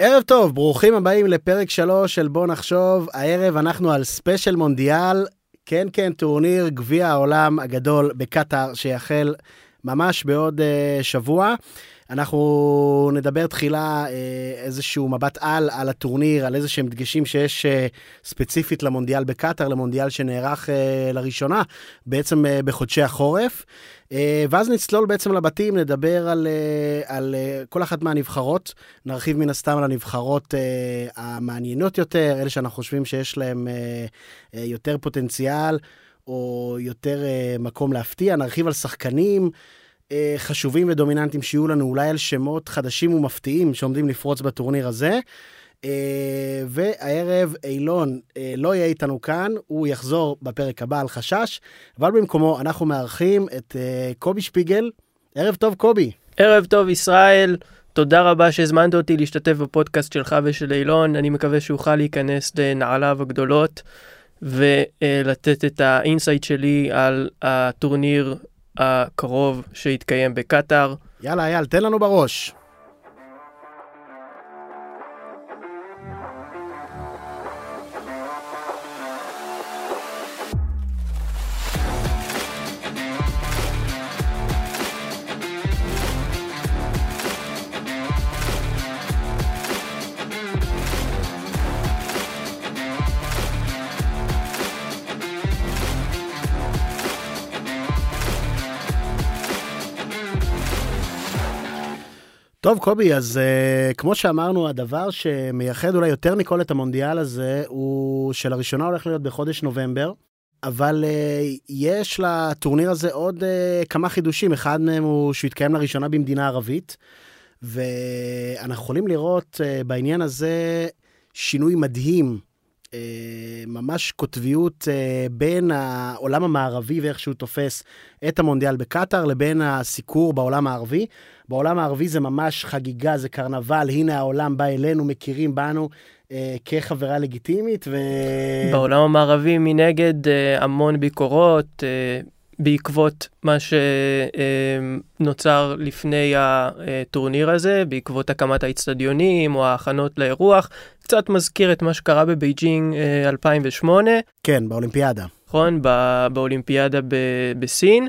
ערב טוב, ברוכים הבאים לפרק 3 של בוא נחשוב. הערב אנחנו על ספיישל מונדיאל, כן, טורניר גביע העולם הגדול בקטר, שיחל ממש בעוד שבוע. אנחנו נדבר תחילה איזשהו מבט על הטורניר, על איזשהם דגשים שיש ספציפית למונדיאל בקטר, למונדיאל שנערך לראשונה, בעצם בחודשי החורף. ואז נצלול בעצם לבתים, נדבר על כל אחת מהנבחרות, נרחיב מן הסתם על הנבחרות המעניינות יותר, אלה שאנחנו חושבים שיש להם יותר פוטנציאל, או יותר מקום להפתיע, נרחיב על שחקנים חשובים ודומיננטיים שיהיו לנו, אולי על שמות חדשים ומפתיעים שעומדים לפרוץ בטורניר הזה. והערב אילון לא יהיה איתנו כאן, הוא יחזור בפרק הבא על חשש, אבל במקומו אנחנו מארחים את קובי שפיגל. ערב טוב קובי. ערב טוב ישראל, תודה רבה שהזמנת אותי להשתתף בפודקאסט שלך ושל אילון, אני מקווה שאוכל להיכנס לנעליו הגדולות ולתת את האינסייט שלי על הטורניר הקרוב שיתקיים בקטר. יאללה אייל, תן לנו בראש. טוב קובי, אז כמו שאמרנו, הדבר שמייחד אולי יותר מכל את המונדיאל הזה, הוא שלראשונה הולך להיות בחודש נובמבר, אבל יש לטורניר הזה עוד כמה חידושים, אחד מהם הוא שהוא יתקיים לראשונה במדינה ערבית, ואנחנו יכולים לראות בעניין הזה שינוי מדהים, ממש כותביות בין העולם המערבי ואיך שהוא תופס את המונדיאל בקטר לבין הסיקור בעולם הערבי. בעולם הערבי זה ממש חגיגה, זה קרנבל, הנה העולם בא אלינו, מכירים בנו כחברה לגיטימית. בעולם המערבי מנגד המון ביקורות, בעקבות מה שנוצר לפני הטורניר הזה, בעקבות הקמת האצטדיונים או ההכנות לאירוח, קצת מזכיר את מה שקרה בבייג'ינג 2008. כן, באולימפיאדה. נכון, באולימפיאדה בסין.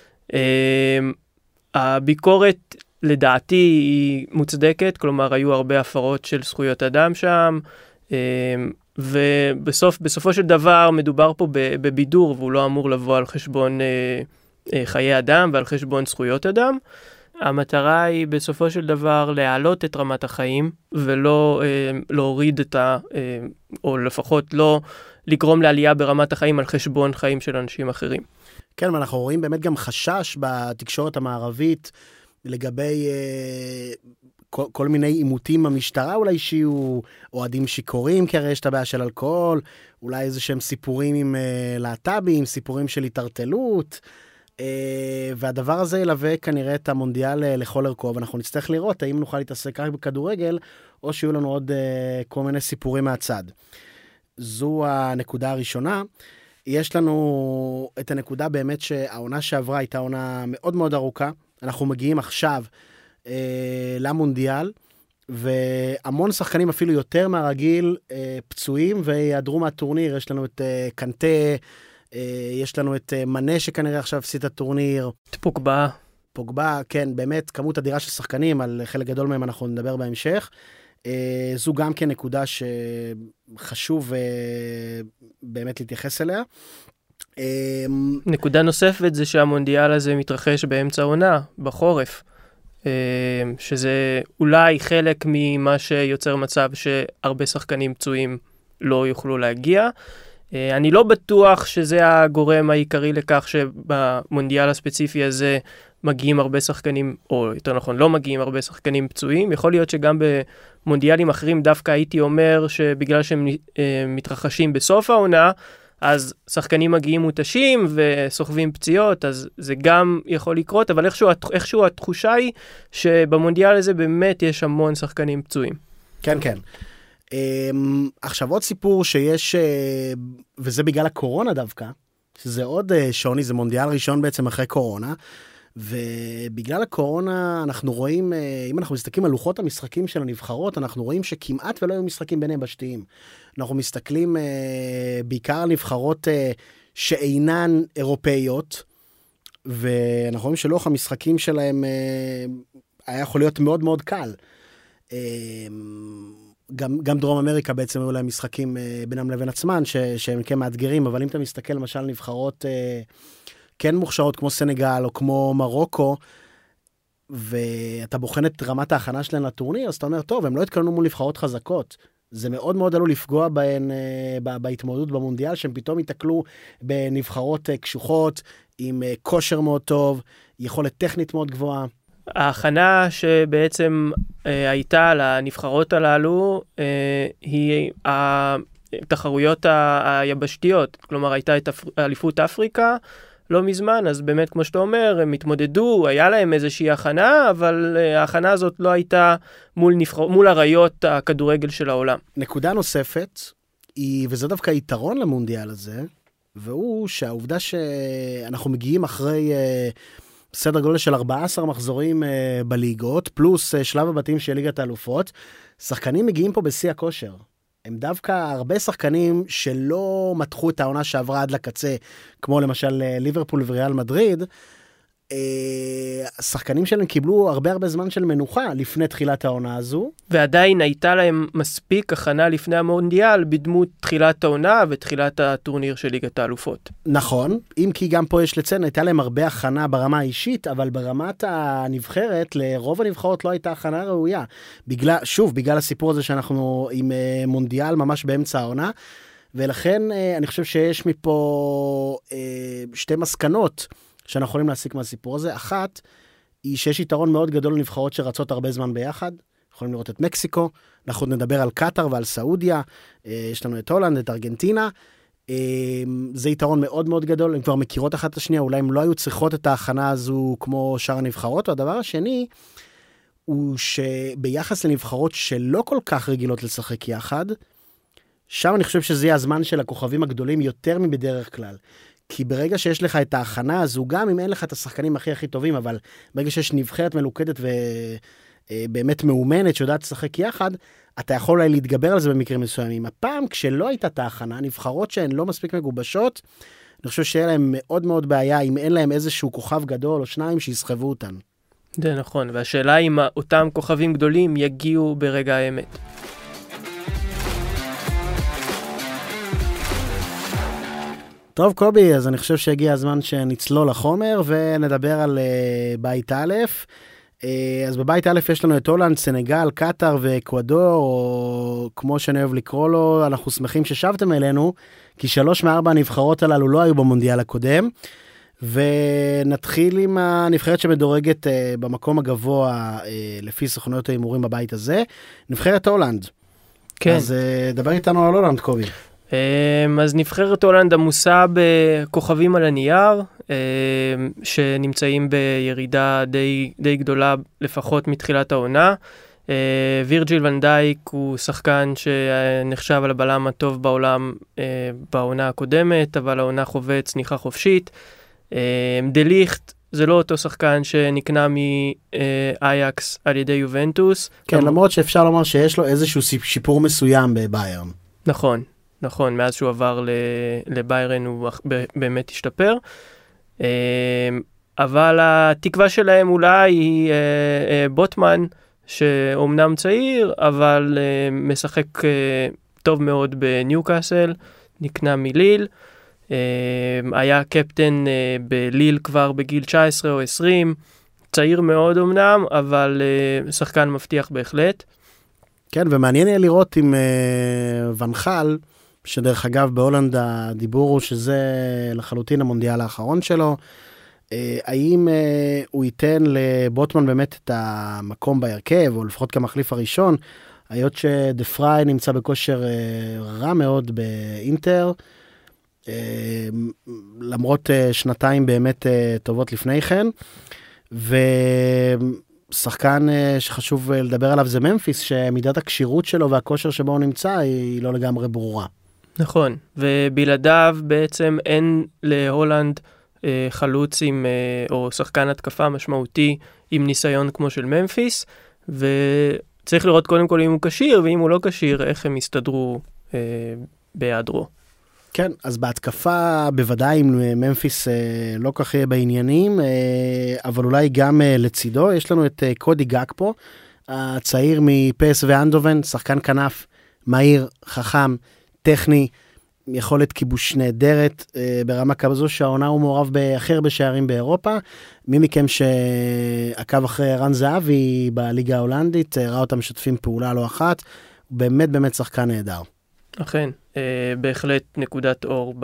הביקורת לדעתי היא מוצדקת, כלומר היו הרבה הפרות של זכויות אדם שם, ובסופו של דבר מדובר פה בבידור, והוא לא אמור לבוא על חשבון חיי אדם ועל חשבון זכויות אדם. המטרה היא בסופו של דבר להעלות את רמת החיים, ולא להוריד או לפחות לא לגרום לעלייה ברמת החיים על חשבון חיים של אנשים אחרים. כן, ואנחנו רואים באמת גם חשש בתקשורת המערבית, לגבי כל מיני עימותים במשטרה, אולי שיהיו אוהדים שיכורים, כי הרי יש את הבעיה של אלכוהול, אולי איזה שהם סיפורים עם להט"בים, סיפורים של התערטלות, והדבר הזה ילווה כנראה את המונדיאל לכל ערכו, ואנחנו נצטרך לראות האם נוכל להתעסק רק בכדורגל, או שיהיו לנו עוד כל מיני סיפורים מהצד. זו הנקודה הראשונה. יש לנו את הנקודה באמת שהעונה שעברה הייתה עונה מאוד מאוד ארוכה, אנחנו מגיעים עכשיו למונדיאל, והמון שחקנים אפילו יותר מהרגיל פצועים ויעדרו מהטורניר. יש לנו את קנטה, יש לנו את מנה שכנראה עכשיו הפסיד את הטורניר. את פוגבה, כן, באמת כמות אדירה של שחקנים, על חלק גדול מהם אנחנו נדבר בהמשך. זו גם כן נקודה שחשוב באמת להתייחס אליה. נקודה נוספת זה שהמונדיאל הזה מתרחש באמצע העונה, בחורף, שזה אולי חלק ממה שיוצר מצב שהרבה שחקנים פצועים לא יוכלו להגיע. אני לא בטוח שזה הגורם העיקרי לכך שבמונדיאל הספציפי הזה מגיעים הרבה שחקנים, או יותר נכון לא מגיעים הרבה שחקנים פצועים. יכול להיות שגם במונדיאלים אחרים דווקא הייתי אומר שבגלל שהם מתרחשים בסוף העונה, אז שחקנים מגיעים מותשים וסוחבים פציעות, אז זה גם יכול לקרות, אבל איכשהו התחושה היא שבמונדיאל הזה באמת יש המון שחקנים פצועים. כן, כן. עכשיו עוד סיפור שיש, וזה בגלל הקורונה דווקא, שזה עוד שוני, זה מונדיאל ראשון בעצם אחרי קורונה, ובגלל הקורונה אנחנו רואים, אם אנחנו מסתכלים על לוחות המשחקים של הנבחרות, אנחנו רואים שכמעט ולא היו משחקים ביניהם בשתיים. אנחנו מסתכלים בעיקר על נבחרות שאינן אירופאיות, ואנחנו רואים שלוח המשחקים שלהם היה יכול להיות מאוד מאוד קל. גם דרום אמריקה בעצם היו להם משחקים בינם לבין עצמן, שהם כן מאתגרים, אבל אם אתה מסתכל למשל על נבחרות כן מוכשרות כמו סנגל או כמו מרוקו, ואתה בוחן את רמת ההכנה שלהם לטורניר, אז אתה אומר, טוב, הם לא התכוננו מול נבחרות חזקות. זה מאוד מאוד עלול לפגוע בהן, בהתמודדות במונדיאל, שהם פתאום יתקלו בנבחרות קשוחות, עם כושר מאוד טוב, יכולת טכנית מאוד גבוהה. ההכנה שבעצם הייתה לנבחרות הללו, היא התחרויות היבשתיות. כלומר, הייתה את אליפות אפריקה, לא מזמן, אז באמת, כמו שאתה אומר, הם התמודדו, היה להם איזושהי הכנה, אבל ההכנה הזאת לא הייתה מול הריות הכדורגל של העולם. נקודה נוספת, וזה דווקא יתרון למונדיאל הזה, והוא שהעובדה שאנחנו מגיעים אחרי סדר גודל של 14 מחזורים בליגות, פלוס שלב הבתים של ליגת האלופות, שחקנים מגיעים פה בשיא הכושר. הם דווקא הרבה שחקנים שלא מתחו את העונה שעברה עד לקצה, כמו למשל ליברפול וריאל מדריד, השחקנים שלהם קיבלו הרבה זמן של מנוחה לפני תחילת העונה הזו. ועדיין הייתה להם מספיק הכנה לפני המונדיאל בדמות תחילת העונה ותחילת הטורניר של ליגת האלופות. נכון, אם כי גם פה יש לציין, הייתה להם הרבה הכנה ברמה האישית, אבל ברמת הנבחרת, לרוב הנבחרות לא הייתה הכנה ראויה. בגלל הסיפור הזה שאנחנו עם מונדיאל ממש באמצע העונה, ולכן אני חושב שיש מפה שתי מסקנות שאנחנו יכולים להסיק מהסיפור הזה. אחת, היא שיש יתרון מאוד גדול לנבחרות שרצות הרבה זמן ביחד. יכולים לראות את מקסיקו, אנחנו נדבר על קטר ועל סעודיה, יש לנו את הולנד, את ארגנטינה. זה יתרון מאוד מאוד גדול, הן כבר מכירות אחת את השנייה, אולי הן לא היו צריכות את ההכנה הזו כמו שאר הנבחרות. והדבר השני, הוא שביחס לנבחרות שלא כל כך רגילות לשחק יחד, שם אני חושב שזה יהיה הזמן של הכוכבים הגדולים יותר מבדרך כלל. כי ברגע שיש לך את ההכנה הזו, גם אם אין לך את השחקנים הכי טובים, אבל ברגע שיש נבחרת מלוכדת ובאמת מאומנת שיודעת לשחק יחד, אתה יכול אולי להתגבר על זה במקרים מסוימים. הפעם, כשלא הייתה את ההכנה, נבחרות שהן לא מספיק מגובשות, אני חושב שיהיה להם מאוד מאוד בעיה, אם אין להם איזשהו כוכב גדול או שניים שיסחבו אותן. זה נכון, והשאלה אם אותם כוכבים גדולים יגיעו ברגע האמת. טוב קובי, אז אני חושב שהגיע הזמן שנצלול לחומר ונדבר על בית א'. אז בבית א' יש לנו את הולנד, סנגל, קטר ואקוודור, או כמו שאני אוהב לקרוא לו, אנחנו שמחים ששבתם אלינו, כי 3 מ-4 הנבחרות הללו לא היו במונדיאל הקודם, ונתחיל עם הנבחרת שמדורגת במקום הגבוה לפי סוכנויות ההימורים בבית הזה, נבחרת הולנד. כן. אז דבר איתנו על הולנד קובי. אז נבחרת הולנד עמוסה בכוכבים על הנייר, שנמצאים בירידה די גדולה לפחות מתחילת העונה. וירג'יל ון דייק הוא שחקן שנחשב על הבלם הטוב בעולם בעונה הקודמת, אבל העונה חווה צניחה חופשית. דה ליכט זה לא אותו שחקן שנקנה מאייקס על ידי יובנטוס. כן, למרות שאפשר לומר שיש לו איזשהו שיפור מסוים בביירן. נכון, מאז שהוא עבר לביירן הוא באמת השתפר. אבל התקווה שלהם אולי היא בוטמן, שאומנם צעיר, אבל משחק טוב מאוד בניוקאסל, נקנה מליל. היה קפטן בליל כבר בגיל 19 או 20, צעיר מאוד אמנם, אבל שחקן מבטיח בהחלט. כן, ומעניין יהיה לראות עם ונחל, שדרך אגב בהולנד הדיבור הוא שזה לחלוטין המונדיאל האחרון שלו, האם הוא ייתן לבוטמן באמת את המקום בהרכב, או לפחות כמחליף הראשון, היות שדה פריי נמצא בכושר רע מאוד באינטר, למרות שנתיים באמת טובות לפני כן, ושחקן שחשוב לדבר עליו זה ממפיס, שמידת הקשירות שלו והכושר שבו הוא נמצא היא לא לגמרי ברורה. נכון, ובלעדיו בעצם אין להולנד חלוץ או שחקן התקפה משמעותי עם ניסיון כמו של ממפיס, וצריך לראות קודם כל אם הוא כשיר, ואם הוא לא כשיר, איך הם יסתדרו בהיעדרו. כן, אז בהתקפה בוודאי אם ממפיס לא כך יהיה בעניינים, אבל אולי גם לצידו, יש לנו את קודי גאקפו, הצעיר מפס ואנדובן, שחקן כנף, מהיר, חכם, טכני, יכולת כיבוש נהדרת, ברמה כזו שהעונה הוא מעורב בהכי הרבה שערים באירופה. מי מכם שעקב אחרי רן זהבי בליגה ההולנדית, ראה אותם משתפים פעולה לא אחת, הוא באמת באמת שחקן נהדר. אכן, בהחלט נקודת אור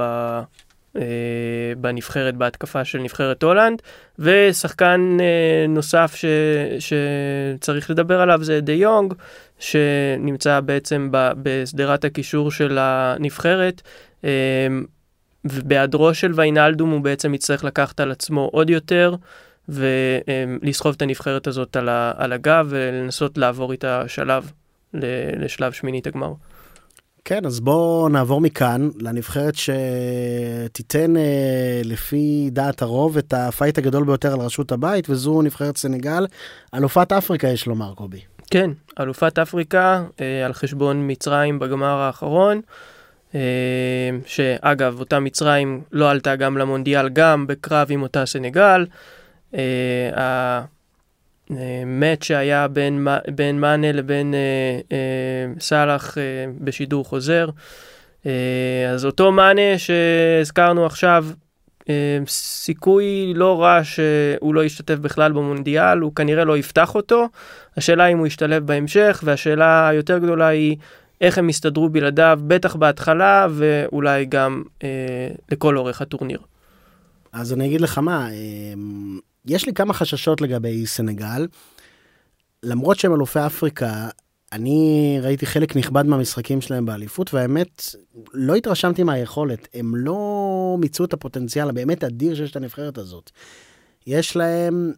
בנבחרת, בהתקפה של נבחרת הולנד, ושחקן נוסף שצריך לדבר עליו זה די יונג, שנמצא בעצם בסדרת הקישור של הנבחרת, ובהיעדרו של ויינלדום הוא בעצם יצטרך לקחת על עצמו עוד יותר, ולסחוב את הנבחרת הזאת על הגב, ולנסות לעבור איתה שלב לשלב שמינית הגמר. כן, אז בואו נעבור מכאן לנבחרת שתיתן לפי דעת הרוב את הפייט הגדול ביותר על רשות הבית, וזו נבחרת סנגל, אלופת אפריקה יש לומר, קובי. כן, אלופת אפריקה על חשבון מצרים בגמר האחרון, שאגב, אותה מצרים לא עלתה גם למונדיאל, גם בקרב עם אותה סנגל, מאץ' שהיה בין מאנה לבין סלח בשידור חוזר. אז אותו מאנה שהזכרנו עכשיו, סיכוי לא רע שהוא לא ישתתף בכלל במונדיאל, הוא כנראה לא יפתח אותו. השאלה אם הוא ישתלב בהמשך, והשאלה היותר גדולה היא איך הם יסתדרו בלעדיו, בטח בהתחלה, ואולי גם לכל אורך הטורניר. אז אני אגיד לך מה, יש לי כמה חששות לגבי סנגל, למרות שהם אלופי אפריקה, אני ראיתי חלק נכבד מהמשחקים שלהם באליפות, והאמת, לא התרשמתי מהיכולת, הם לא מיצו את הפוטנציאל הבאמת אדיר שיש את הנבחרת הזאת. יש להם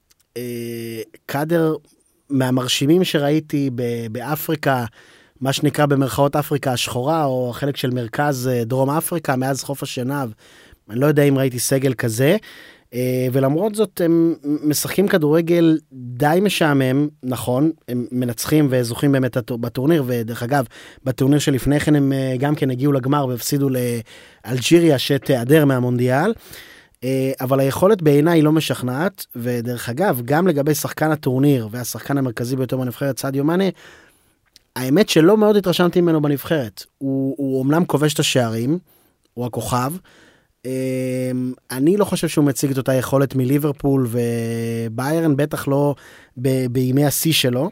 קאדר מהמרשימים שראיתי באפריקה, מה שנקרא במרכאות אפריקה השחורה, או חלק של מרכז דרום אפריקה, מאז חוף השנהב, אני לא יודע אם ראיתי סגל כזה, ולמרות זאת הם משחקים כדורגל די משעמם, נכון, הם מנצחים וזוכים באמת בטורניר, ודרך אגב, בטורניר שלפני כן הם גם כן הגיעו לגמר והפסידו לאלג'יריה שתיעדר מהמונדיאל, אבל היכולת בעיניי היא לא משכנעת, ודרך אגב, גם לגבי שחקן הטורניר והשחקן המרכזי ביותר בנבחרת, סעדיו מאנה, האמת שלא מאוד התרשמתי ממנו בנבחרת, הוא אומנם כובש את השערים, הוא הכוכב, אני לא חושב שהוא מציג את אותה יכולת מליברפול וביירן, בטח לא בימי השיא שלו.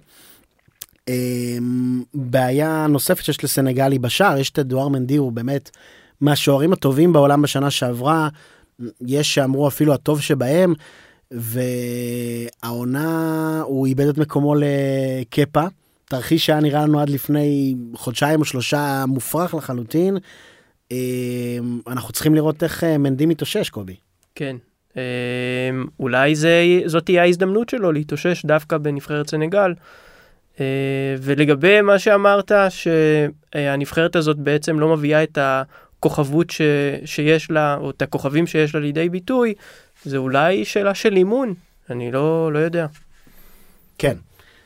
בעיה נוספת שיש לסנגלי בשער, יש את אדואר מנדי, הוא באמת מהשוערים הטובים בעולם בשנה שעברה, יש שאמרו אפילו הטוב שבהם, והעונה הוא איבד את מקומו לקפה, תרחיש שהיה נראה לנו עד לפני חודשיים או שלושה מופרך לחלוטין, אנחנו צריכים לראות איך מנדי מתאושש, קובי. כן. אולי זאת תהיה ההזדמנות שלו להתאושש דווקא בנבחרת סנגל. ולגבי מה שאמרת, שהנבחרת הזאת בעצם לא מביאה את הכוכבות שיש לה, או את הכוכבים שיש לה לידי ביטוי, זה אולי שאלה של אימון. אני לא יודע. כן.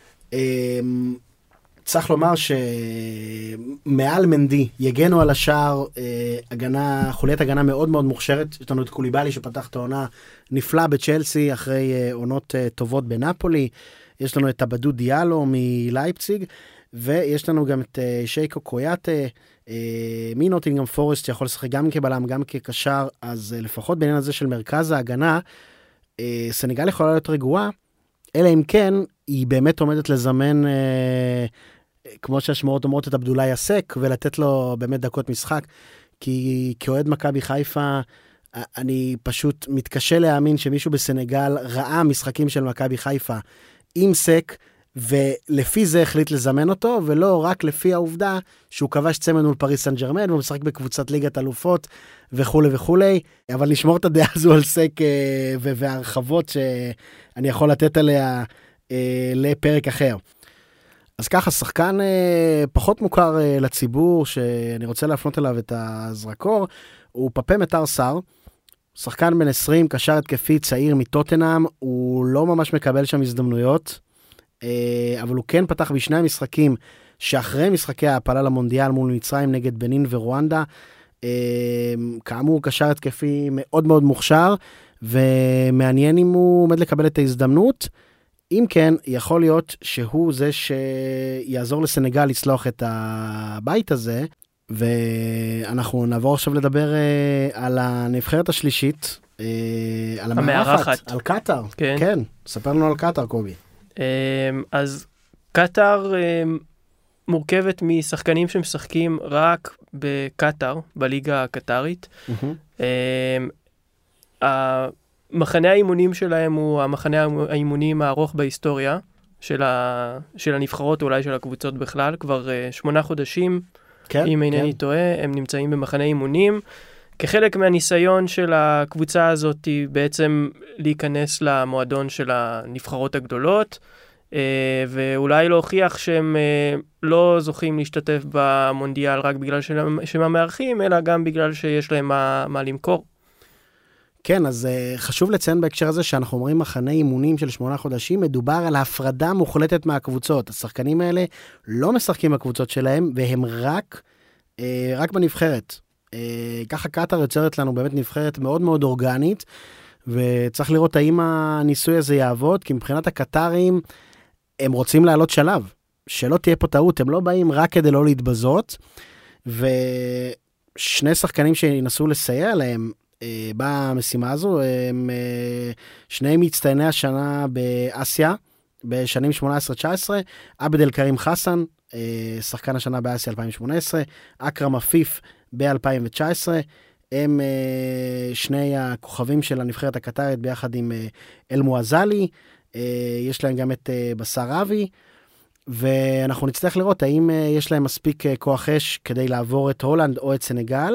צריך לומר שמעל מנדי יגנו על השער, חוליית הגנה מאוד מאוד מוכשרת. יש לנו את קוליבאלי שפתח את העונה נפלא בצ'לסי אחרי עונות טובות בנפולי. יש לנו את אבדו דיאלו מלייפציג, ויש לנו גם את שייקו קויאטה מנוטינגהאם פורסט, שיכול לשחק גם כבלם, גם כקשר. אז לפחות בעניין הזה של מרכז ההגנה, סנגל יכולה להיות רגועה, אלא אם כן, היא באמת עומדת לזמן, כמו שהשמועות אומרות, את עבדולאי יסק, ולתת לו באמת דקות משחק, כי כאוהד מכבי חיפה, אני פשוט מתקשה להאמין שמישהו בסנגל ראה משחקים של מכבי חיפה עם סק, ולפי זה החליט לזמן אותו, ולא רק לפי העובדה שהוא כבש צמד מול פריס סן ג'רמן, והוא משחק בקבוצת ליגת אלופות וכו' וכו'. אבל נשמור את הדעה הזו על סק והרחבות שאני יכול לתת עליה לפרק אחר. אז ככה, שחקן פחות מוכר לציבור, שאני רוצה להפנות אליו את הזרקור, הוא פפה מטר סאר, שחקן בן 20, קשר התקפי צעיר מטוטנהאם, הוא לא ממש מקבל שם הזדמנויות, אבל הוא כן פתח בשני המשחקים, שאחרי משחקי ההעפלה למונדיאל מול מצרים נגד בנין ורואנדה, כאמור קשר התקפי מאוד מאוד מוכשר, ומעניין אם הוא עומד לקבל את ההזדמנות, אם כן, יכול להיות שהוא זה שיעזור לסנגל לצלוח את הבית הזה, ואנחנו נעבור עכשיו לדבר על הנבחרת השלישית, על המארחת, על קטר. כן. כן, ספר לנו על קטר, קובי. אז קטר מורכבת משחקנים שמשחקים רק בקטר, בליגה הקטרית. המחנה האימונים שלהם הוא המחנה האימונים הארוך בהיסטוריה של הנבחרות, אולי של הקבוצות בכלל, כבר 8 חודשים, כן, אם אינני טועה, הם נמצאים במחנה אימונים. כחלק מהניסיון של הקבוצה הזאת היא בעצם להיכנס למועדון של הנבחרות הגדולות, ואולי להוכיח שהם לא זוכים להשתתף במונדיאל רק בגלל שהם המארחים, אלא גם בגלל שיש להם מה למכור. כן, אז חשוב לציין בהקשר הזה שאנחנו אומרים מחנה אימונים של 8 חודשים, מדובר על הפרדה מוחלטת מהקבוצות. השחקנים האלה לא משחקים בקבוצות שלהם, והם רק בנבחרת. ככה קטר יוצרת לנו באמת נבחרת מאוד מאוד אורגנית, וצריך לראות האם הניסוי הזה יעבוד, כי מבחינת הקטרים הם רוצים לעלות שלב. שלא תהיה פה טעות, הם לא באים רק כדי לא להתבזות, ושני שחקנים שינסו לסייע להם, במשימה הזו, הם שני מצטייני השנה באסיה, בשנים 18-19, עבד אל קרים חסן, שחקן השנה באסיה 2018, אקרם אפיף ב-2019, הם שני הכוכבים של הנבחרת הקטרית ביחד עם אל מואזלי, יש להם גם את בסר אבי, ואנחנו נצטרך לראות האם יש להם מספיק כוח אש כדי לעבור את הולנד או את סנגל,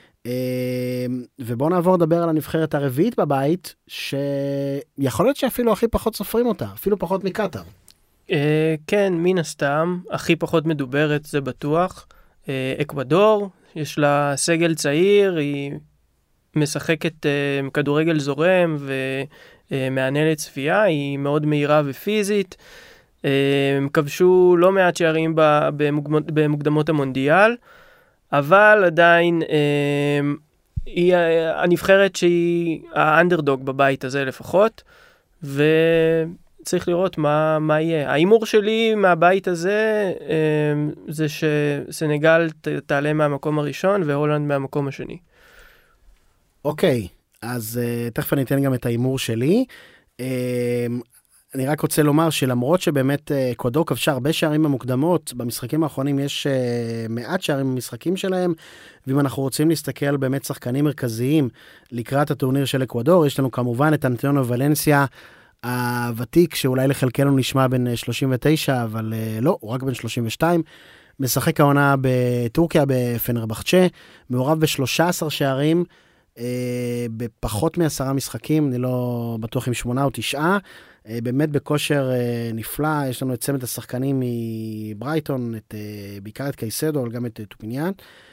ובואו נעבור לדבר על הנבחרת הרביעית בבית, שיכול להיות שאפילו הכי פחות סופרים אותה, אפילו פחות מקטר. כן, מן הסתם, הכי פחות מדוברת, זה בטוח. אקוודור, יש לה סגל צעיר, היא משחקת כדורגל זורם ומענה לצפייה, היא מאוד מהירה ופיזית. כבשו לא מעט שערים במוקדמות המונדיאל, אבל עדיין היא הנבחרת שהיא האנדרדוג בבית הזה לפחות, וצריך לראות מה יהיה. האימור שלי מהבית הזה זה שסנגל תעלה מהמקום הראשון והולנד מהמקום השני. אוקיי, אז תכף אני אתן גם את האימור שלי. אני רק רוצה לומר שלמרות שבאמת אקוודור כבשה הרבה שערים במוקדמות, במשחקים האחרונים יש מעט שערים במשחקים שלהם, ואם אנחנו רוצים להסתכל על באמת שחקנים מרכזיים לקראת הטורניר של אקוודור, יש לנו כמובן את אנטוניו ולנסיה הוותיק, שאולי לחלקנו נשמע בן 39, אבל לא, הוא רק בן 32, משחק העונה בטורקיה בפנרבחצ'ה, מעורב ב13 שערים, בפחות מ10 משחקים, אני לא בטוח עם 8 או 9, באמת בכושר נפלא. יש לנו את צמד השחקנים מברייטון, בעיקר את קייסדו, אבל גם את טופיניאן.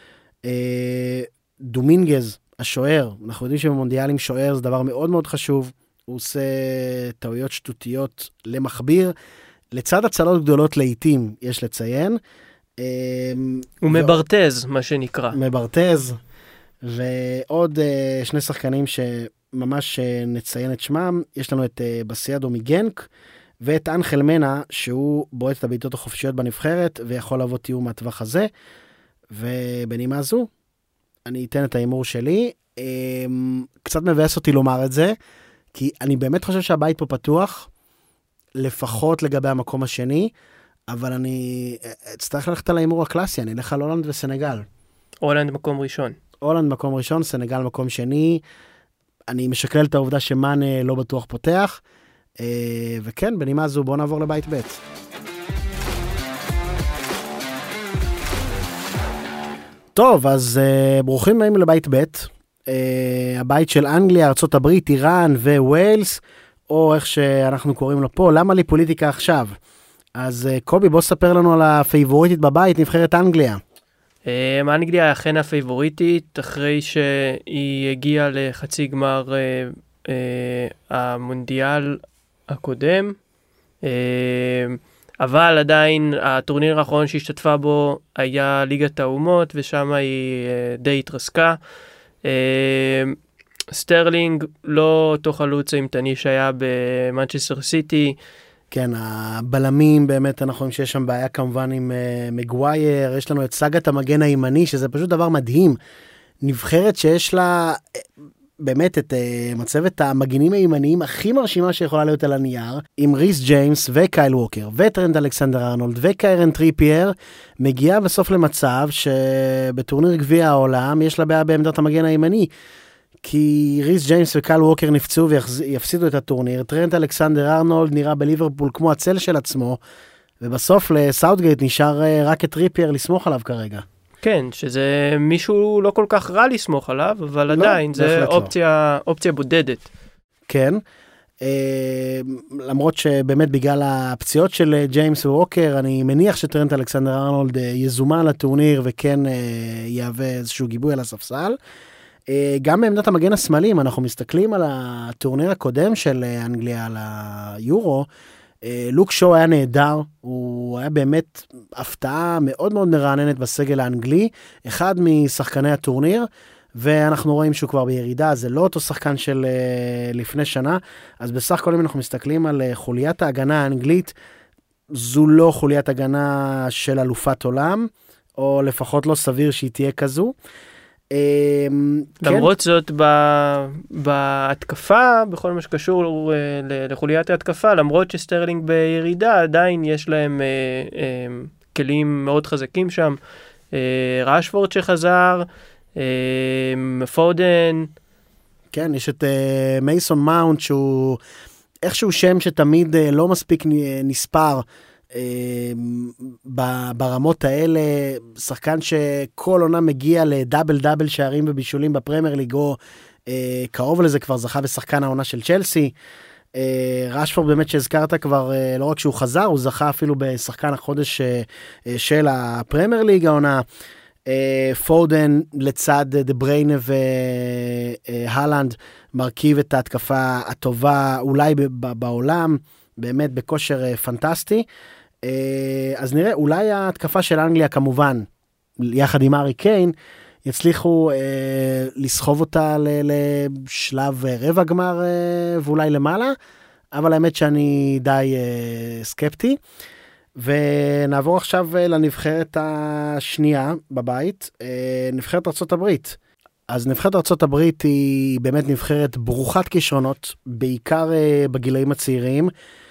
דומינגז, השוער, אנחנו יודעים שבמונדיאלים שוער זה דבר מאוד מאוד חשוב, הוא עושה טעויות שטותיות למכביר, לצד הצלות גדולות לעיתים, יש לציין. הוא מברטז, מה שנקרא. מברטז, ועוד שני שחקנים שממש נציין את שמם, יש לנו את בסיאדו מגנק, ואת אנחל מנה, שהוא בועט את הבעיטות החופשיות בנבחרת, ויכול לבוא תיאור מהטווח הזה, ובנימה זו, אני אתן את האימור שלי. קצת מבאס אותי לומר את זה, כי אני באמת חושב שהבית פה פתוח, לפחות לגבי המקום השני, אבל אני אצטרך ללכת על האימור הקלאסי, אני אלך על הולנד וסנגל. הולנד מקום ראשון. הולנד מקום ראשון, סנגל מקום שני. אני משקלל את העובדה שמאנה לא בטוח פותח. וכן, בנימה זו, בואו נעבור לבית ב'. טוב, אז ברוכים הבאים לבית ב'. הבית של אנגליה, ארצות הברית, איראן וווילס, או איך שאנחנו קוראים לו פה. למה לי פוליטיקה עכשיו? אז קובי, בוא ספר לנו על הפייבוריטית בבית, נבחרת אנגליה. אנגליה אכן הפייבוריטית, אחרי שהיא הגיעה לחצי גמר המונדיאל הקודם, אבל עדיין הטורניר האחרון שהשתתפה בו היה ליגת האומות, ושם היא די התרסקה. סטרלינג לא אותו חלוץ אימתני שהיה במנצ'סטר סיטי. כן, הבלמים באמת אנחנו רואים שיש שם בעיה כמובן עם מגווייר, יש לנו את סאגת המגן הימני, שזה פשוט דבר מדהים. נבחרת שיש לה באמת את מצבת המגינים הימניים הכי מרשימה שיכולה להיות על הנייר, עם ריס ג'יימס וקייל ווקר וטרנט אלכסנדר ארנולד וקיירן טריפייר, מגיעה בסוף למצב שבטורניר גביע העולם יש לה בעיה בעמדת המגן הימני, כי ריס ג'יימס וקייל ווקר נפצעו ויפסידו את הטורניר, טרנט אלכסנדר ארנולד נראה בליברפול כמו הצל של עצמו, ובסוף לסאוטגייט נשאר רק את טריפייר לסמוך עליו כרגע. כן, שזה מישהו לא כל כך רע לסמוך עליו, אבל עדיין זה אופציה בודדת. כן, למרות שבאמת בגלל הפציעות של ג'יימס ווקר, אני מניח שטרנט אלכסנדר ארנולד יזומן לטורניר וכן יהווה איזשהו גיבוי על הספסל. גם בעמדת המגן השמאלים, אנחנו מסתכלים על הטורניר הקודם של אנגליה, על היורו, לוק שואו היה נהדר, הוא היה באמת הפתעה מאוד מאוד מרעננת בסגל האנגלי, אחד משחקני הטורניר, ואנחנו רואים שהוא כבר בירידה, זה לא אותו שחקן של לפני שנה, אז בסך הכל אם אנחנו מסתכלים על חוליית ההגנה האנגלית, זו לא חוליית הגנה של אלופת עולם, או לפחות לא סביר שהיא תהיה כזו. למרות זאת בהתקפה, בכל מה שקשור לחוליית ההתקפה, למרות שסטרלינג בירידה, עדיין יש להם כלים מאוד חזקים שם. ראשפורד שחזר, פודן. כן, יש את מייסון מאונט, שהוא איכשהו שם שתמיד לא מספיק נספר, ברמות האלה, שחקן שכל עונה מגיע לדאבל דאבל שערים ובישולים בפרמייר ליג, או קרוב לזה כבר זכה בשחקן העונה של צ'לסי. ראשפורד באמת שהזכרת כבר, לא רק שהוא חזר, הוא זכה אפילו בשחקן החודש של הפרמייר ליג העונה. פודן לצד דה בריינה והלנד מרכיב את ההתקפה הטובה אולי בעולם, באמת בכושר פנטסטי. אז נראה, אולי ההתקפה של אנגליה כמובן, יחד עם ארי קיין, יצליחו לסחוב אותה לשלב רבע גמר ואולי למעלה, אבל האמת שאני די סקפטי. ונעבור עכשיו לנבחרת השנייה בבית, נבחרת ארצות הברית. אז נבחרת ארצות הברית היא באמת נבחרת ברוכת כישרונות, בעיקר בגילאים הצעירים,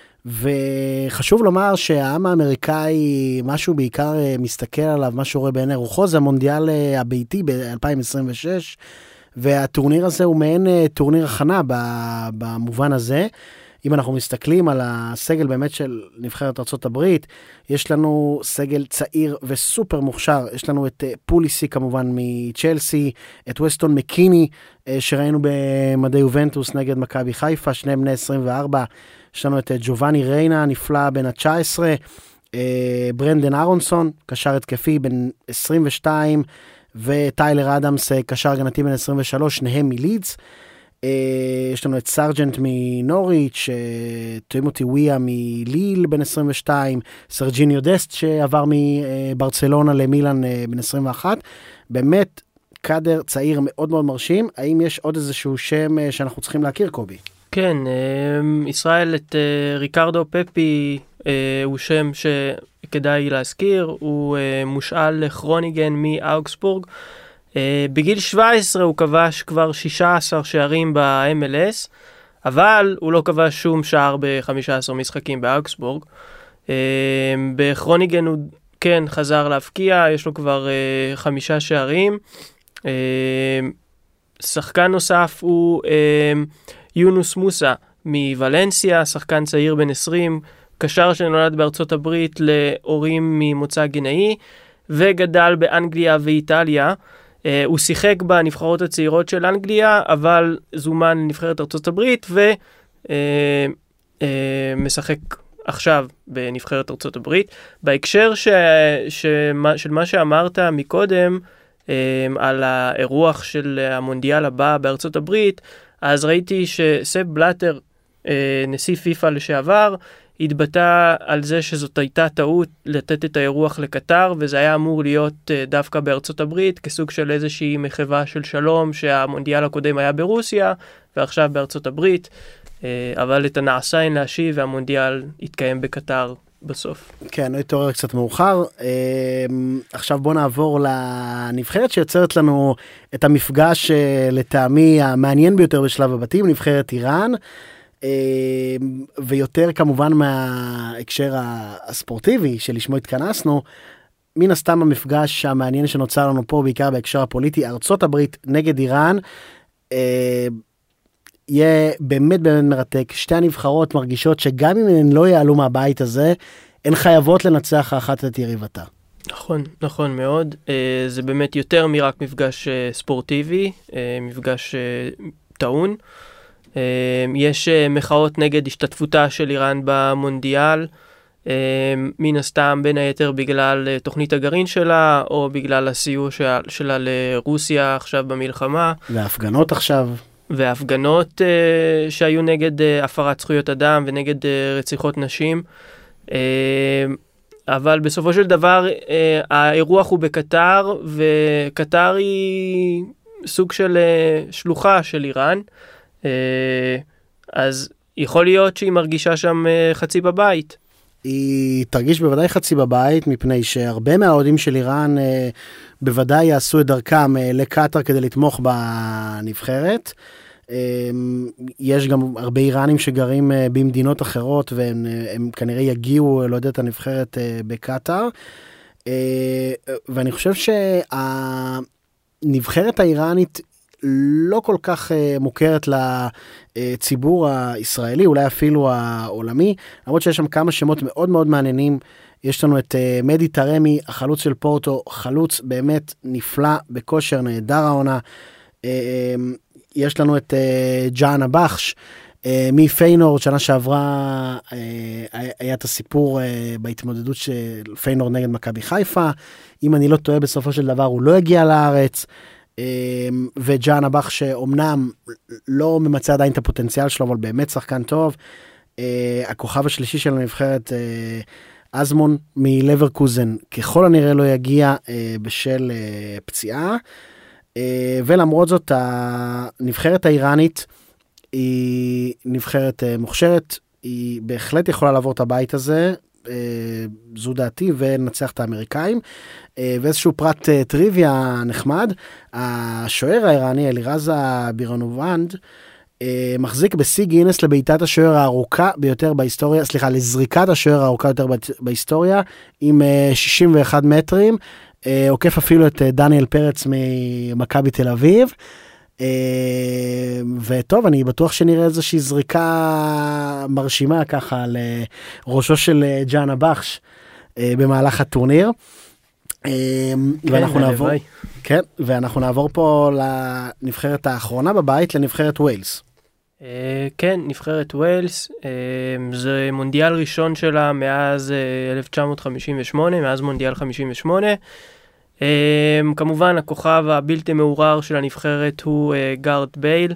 וחשוב לומר שהעם האמריקאי, משהו בעיקר מסתכל עליו, משהו רואה בעיני רוחו, זה המונדיאל הביתי ב-2026, והטורניר הזה הוא מעין טורניר הכנה במובן הזה. אם אנחנו מסתכלים על הסגל באמת של נבחרת ארצות הברית, יש לנו סגל צעיר וסופר מוכשר, יש לנו את פוליסי כמובן מצ'לסי, את ווסטון מקיני שראינו במדי יובנטוס נגד מכבי חיפה, שניהם בני 24, יש לנו את ג'ובאני ריינה הנפלא בן ה-19, ברנדן ארונסון, קשר התקפי בן 22, וטיילר אדמס, קשר הגנתי בן 23, שניהם מלידס. יש לנו את סרג'נט מנוריץ', טימותי וויה מליל בן 22, סרג'יניו דסט שעבר מברצלונה למילאן בן 21, באמת קאדר צעיר מאוד מאוד מרשים. האם יש עוד איזשהו שם שאנחנו צריכים להכיר, קובי? כן, ישראל, את ריקרדו פפי הוא שם שכדאי להזכיר, הוא מושאל לכרוניגן מאוגסבורג, בגיל 17 הוא כבש כבר 16 שערים ב-MLS, אבל הוא לא כבש שום שער ב-15 משחקים באוגסבורג. בכרוניגן הוא כן חזר להפקיע, יש לו כבר 5 שערים. שחקן נוסף הוא יונוס מוסה מוולנסיה, שחקן צעיר בן 20, קשר שנולד בארצות הברית להורים ממוצא גנאי, וגדל באנגליה ואיטליה. הוא שיחק בנבחרות הצעירות של אנגליה, אבל זומן לנבחרת ארצות הברית, ומשחק עכשיו בנבחרת ארצות הברית. בהקשר של מה שאמרת מקודם, על האירוח של המונדיאל הבא בארצות הברית, אז ראיתי שסב בלאטר, נשיא פיפ"א לשעבר, התבטא על זה שזאת הייתה טעות לתת את האירוח לקטר, וזה היה אמור להיות דווקא בארצות הברית, כסוג של איזושהי מחווה של שלום, שהמונדיאל הקודם היה ברוסיה, ועכשיו בארצות הברית, אבל את הנעשה אין להשיב, והמונדיאל התקיים בקטר בסוף. כן, הוא התעורר קצת מאוחר. עכשיו בוא נעבור לנבחרת שיוצרת לנו את המפגש לטעמי המעניין ביותר בשלב הבתים, נבחרת איראן, ויותר כמובן מההקשר הספורטיבי שלשמו התכנסנו, מן הסתם המפגש המעניין שנוצר לנו פה, בעיקר בהקשר הפוליטי, ארצות הברית נגד איראן, יהיה באמת באמת מרתק. שתי הנבחרות מרגישות שגם אם הן לא יעלו מהבית הזה, הן חייבות לנצח האחת את יריבתה. נכון, נכון מאוד. זה באמת יותר מרק מפגש ספורטיבי, מפגש טעון. יש מחאות נגד השתתפותה של איראן במונדיאל, מן הסתם בין היתר בגלל תוכנית הגרעין שלה, או בגלל הסיוע שלה לרוסיה עכשיו במלחמה. וההפגנות עכשיו. וההפגנות שהיו נגד הפרת זכויות אדם ונגד רציחות נשים. אבל בסופו של דבר האירוח הוא בקטר, וקטר היא סוג של שלוחה של איראן. אז יכול להיות שהיא מרגישה שם חצי בבית. היא תרגיש בוודאי חצי בבית, מפני שהרבה מהאוהדים של איראן בוודאי יעשו את דרכם לקטר כדי לתמוך בנבחרת. יש גם הרבה איראנים שגרים במדינות אחרות, והם כנראה יגיעו, לא יודע, את הנבחרת בקטר. ואני חושב שהנבחרת האיראנית לא כל כך מוכרת לציבור הישראלי, אולי אפילו העולמי, למרות שיש שם כמה שמות מאוד מאוד מעניינים. יש לנו את מדי טרמי, החלוץ של פורטו, חלוץ באמת נפלא, בכושר נהדר העונה. יש לנו את ג'אנה בחש, מפיינורד, שנה שעברה היה את הסיפור בהתמודדות של פיינורד נגד מכבי חיפה. אם אני לא טועה, בסופו של דבר הוא לא הגיע לארץ. וג'אנה בח שאומנם לא ממצא עדיין את הפוטנציאל שלו, אבל באמת שחקן טוב. הכוכב השלישי של הנבחרת, אזמון מלברקוזן, ככל הנראה לא יגיע בשל פציעה. ולמרות זאת, הנבחרת האיראנית היא נבחרת מוכשרת, היא בהחלט יכולה לעבור את הבית הזה, זו דעתי, ונצח את האמריקאים. ואיזשהו פרט טריוויה נחמד, השוער האיראני אלירז בירנובנד מחזיק בשיא גינס לבעיטת השוער הארוכה ביותר בהיסטוריה, סליחה, לזריקת השוער הארוכה יותר בהיסטוריה, עם 61 מטרים, עוקף אפילו את דניאל פרץ ממכבי תל אביב. וטוב, אני בטוח שנראה איזושהי זריקה מרשימה ככה לראשו של ג'אנה בחש במהלך הטורניר. ואנחנו נעבור פה לנבחרת האחרונה בבית, לנבחרת ווילס. כן, נבחרת ווילס, זה מונדיאל ראשון שלה מאז 1958, מאז מונדיאל 58. כמובן הכוכב הבלתי מעורר של הנבחרת הוא גארת בייל,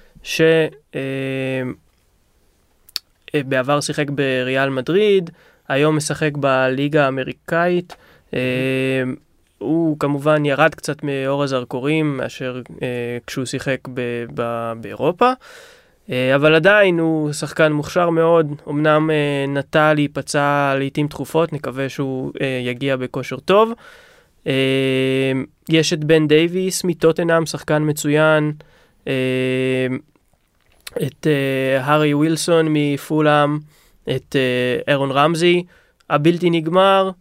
שבעבר שיחק בריאל מדריד, היום משחק בליגה האמריקאית. הוא כמובן ירד קצת מאור הזרקורים מאשר כשהוא שיחק באירופה, אבל עדיין הוא שחקן מוכשר מאוד. אמנם נטה להיפצע לעתים תכופות, נקווה שהוא יגיע בכושר טוב. יש את בן דייביס מטוטנהאם, שחקן מצוין, את הארי ווילסון מפולהאם, את אירון רמזי, הבלתי נגמר,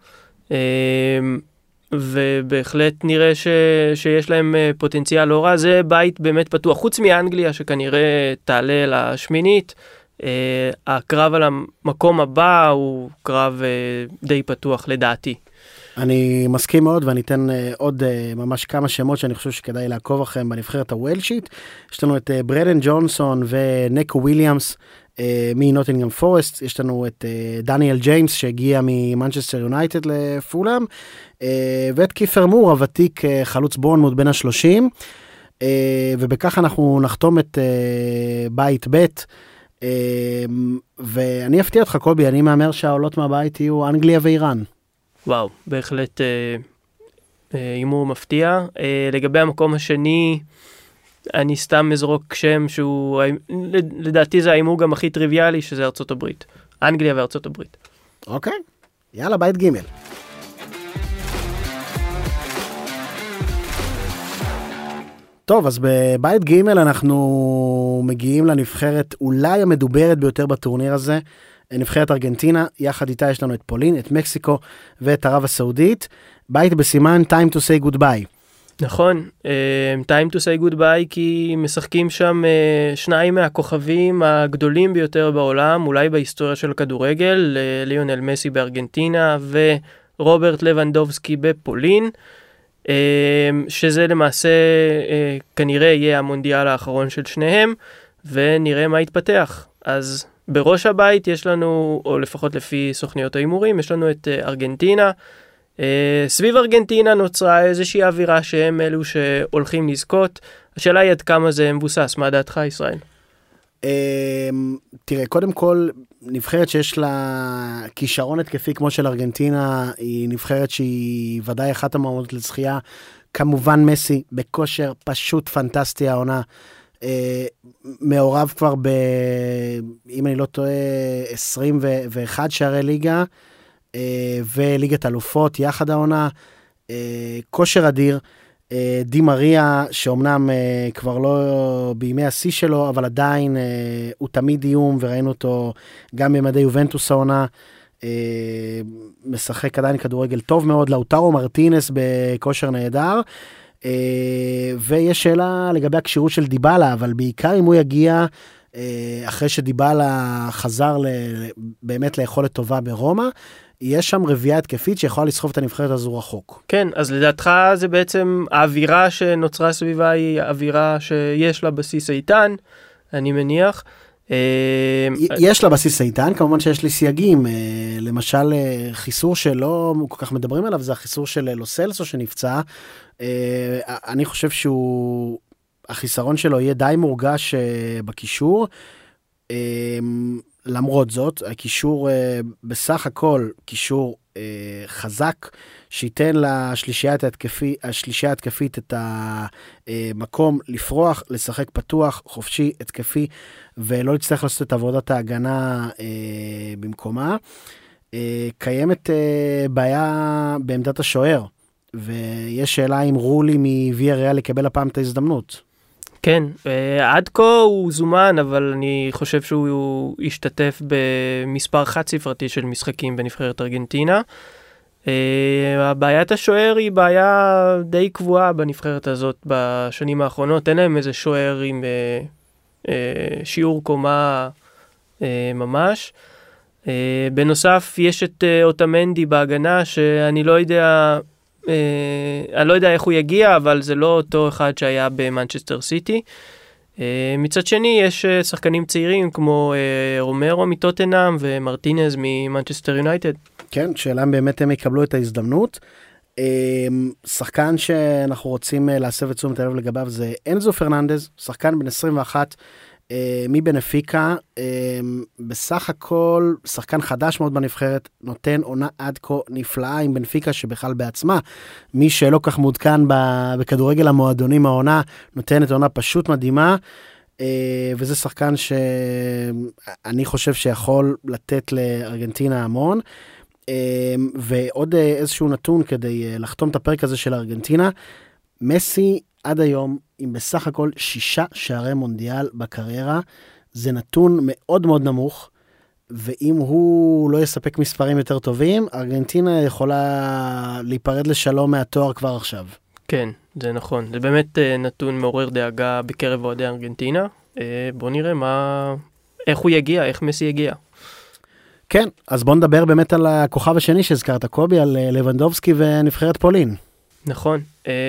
ובהחלט נראה שיש להם פוטנציאל לא רע. זה בית באמת פתוח, חוץ מאנגליה שכנראה תעלה לשמינית. הקרב על המקום הבא הוא קרב די פתוח לדעתי. אני מסכים מאוד, ואני אתן עוד ממש כמה שמות שאני חושב שכדאי לעקוב אחריהם בנבחרת הווילשית. יש לנו את ברדן ג'ונסון ונקו וויליאמס, מנוטינגהאם פורסט, יש לנו את דניאל ג'יימס שהגיע ממנצ'סטר יונייטד לפולאם, ואת קיפר מור, הוותיק חלוץ בורנמוט בין ה-30, ובכך אנחנו נחתום את בית ב', ואני אפתיע אותך קובי, אני מאמר שהעולות מהבית יהיו אנגליה ואיראן. וואו, בהחלט אימור מפתיע. לגבי המקום השני, אני סתם מזרוק שם שהוא, לדעתי זה האימור גם הכי טריוויאלי, שזה ארצות הברית. אנגליה וארצות הברית. אוקיי, יאללה, בית ג'. טוב, אז בבית ג' אנחנו מגיעים לנבחרת אולי המדוברת ביותר בטורניר הזה, נבחרת ארגנטינה, יחד איתה יש לנו את פולין, את מקסיקו ואת ערב הסעודית, בית בסימן time to say goodbye. נכון, time to say goodbye כי משחקים שם שניים מהכוכבים הגדולים ביותר בעולם, אולי בהיסטוריה של הכדורגל, ליונל מסי בארגנטינה ורוברט לבנדובסקי בפולין, שזה למעשה כנראה יהיה המונדיאל האחרון של שניהם, ונראה מה יתפתח. אז בראש הבית יש לנו, או לפחות לפי סוכניות האימורים, יש לנו את ארגנטינה. סביב ארגנטינה נוצרה איזושהי אווירה שהם אלו שהולכים לזכות. השאלה היא עד כמה זה מבוסס. מה דעתך, ישראל? תראה, קודם כל, נבחרת שיש לה כישרון התקפי כמו של ארגנטינה, היא נבחרת שהיא ודאי אחת המועמדות לזכייה. כמובן מסי, בכושר פשוט פנטסטי העונה. מעורב כבר אם אני לא טועה, 21 שערי ליגה, וליגת אלופות יחד העונה, כושר אדיר, די מריה שאומנם כבר לא בימי השיא שלו, אבל עדיין הוא תמיד איום, וראינו אותו גם במדי יובנטוס העונה, משחק עדיין כדורגל טוב מאוד, לאוטרו מרטינס בכושר נהדר, ויש שאלה לגבי הקשירות של דיבאלה, אבל בעיקר אם הוא יגיע אחרי שדיבאלה חזר באמת ליכולת טובה ברומא, יש שם רביעה התקפית שיכולה לסחוב את הנבחרת הזו רחוק. כן, אז לדעתך זה בעצם האווירה שנוצרה סביבה היא האווירה שיש לה בסיס איתן, אני מניח. יש לה בסיס איתן, כמובן שיש לי סייגים, למשל חיסור שלא כל כך מדברים עליו, זה החיסור של לוסלסו שנפצע, אני חושב החיסרון שלו יהיה די מורגש בקישור, למרות זאת, הקישור בסך הכל קישור חזק, שייתן לשלישייה התקפית את המקום לפרוח, לשחק פתוח, חופשי, התקפי, ולא יצטרך לעשות את עבודת ההגנה במקומה. קיימת בעיה בעמדת השוער, ויש שאלה אם רולי מוויאריאל יקבל הפעם את ההזדמנות. כן, עד כה הוא זומן, אבל אני חושב שהוא ישתתף במספר חד ספרתי של משחקים בנבחרת ארגנטינה. הבעיית השוער היא בעיה די קבועה בנבחרת הזאת בשנים האחרונות, אין להם איזה שוער עם שיעור קומה ממש. בנוסף, יש את אוטמנדי בהגנה, שאני לא יודע... אני לא יודע איך הוא יגיע, אבל זה לא אותו אחד שהיה במנצ'סטר סיטי. מצד שני, יש שחקנים צעירים כמו רומרו מטוטנהאם ומרטינז ממנצ'סטר יונייטד. כן, שאלה באמת הם יקבלו את ההזדמנות. שחקן שאנחנו רוצים להסב את תשומת הלב לגביו זה אנזו פרננדז, שחקן בן 21, מבנפיקה, בסך הכל שחקן חדש מאוד בנבחרת, נותן עונה עד כה נפלאה עם בנפיקה שבכלל בעצמה, מי שלא כך מעודכן בכדורגל המועדונים העונה, נותנת עונה פשוט מדהימה, וזה שחקן שאני חושב שיכול לתת לארגנטינה המון, ועוד איזשהו נתון כדי לחתום את הפרק הזה של ארגנטינה, מסי עד היום, עם בסך הכל 6 שערי מונדיאל בקריירה, זה נתון מאוד מאוד נמוך, ואם הוא לא יספק מספרים יותר טובים, ארגנטינה יכולה להיפרד לשלום מהתואר כבר עכשיו. כן, זה נכון. זה באמת נתון מעורר דאגה בקרב אוהדי ארגנטינה. בוא נראה איך הוא יגיע, איך מסי יגיע. כן, אז בוא נדבר באמת על הכוכב השני שהזכרת, קובי, על לבנדובסקי ונבחרת פולין. נכון.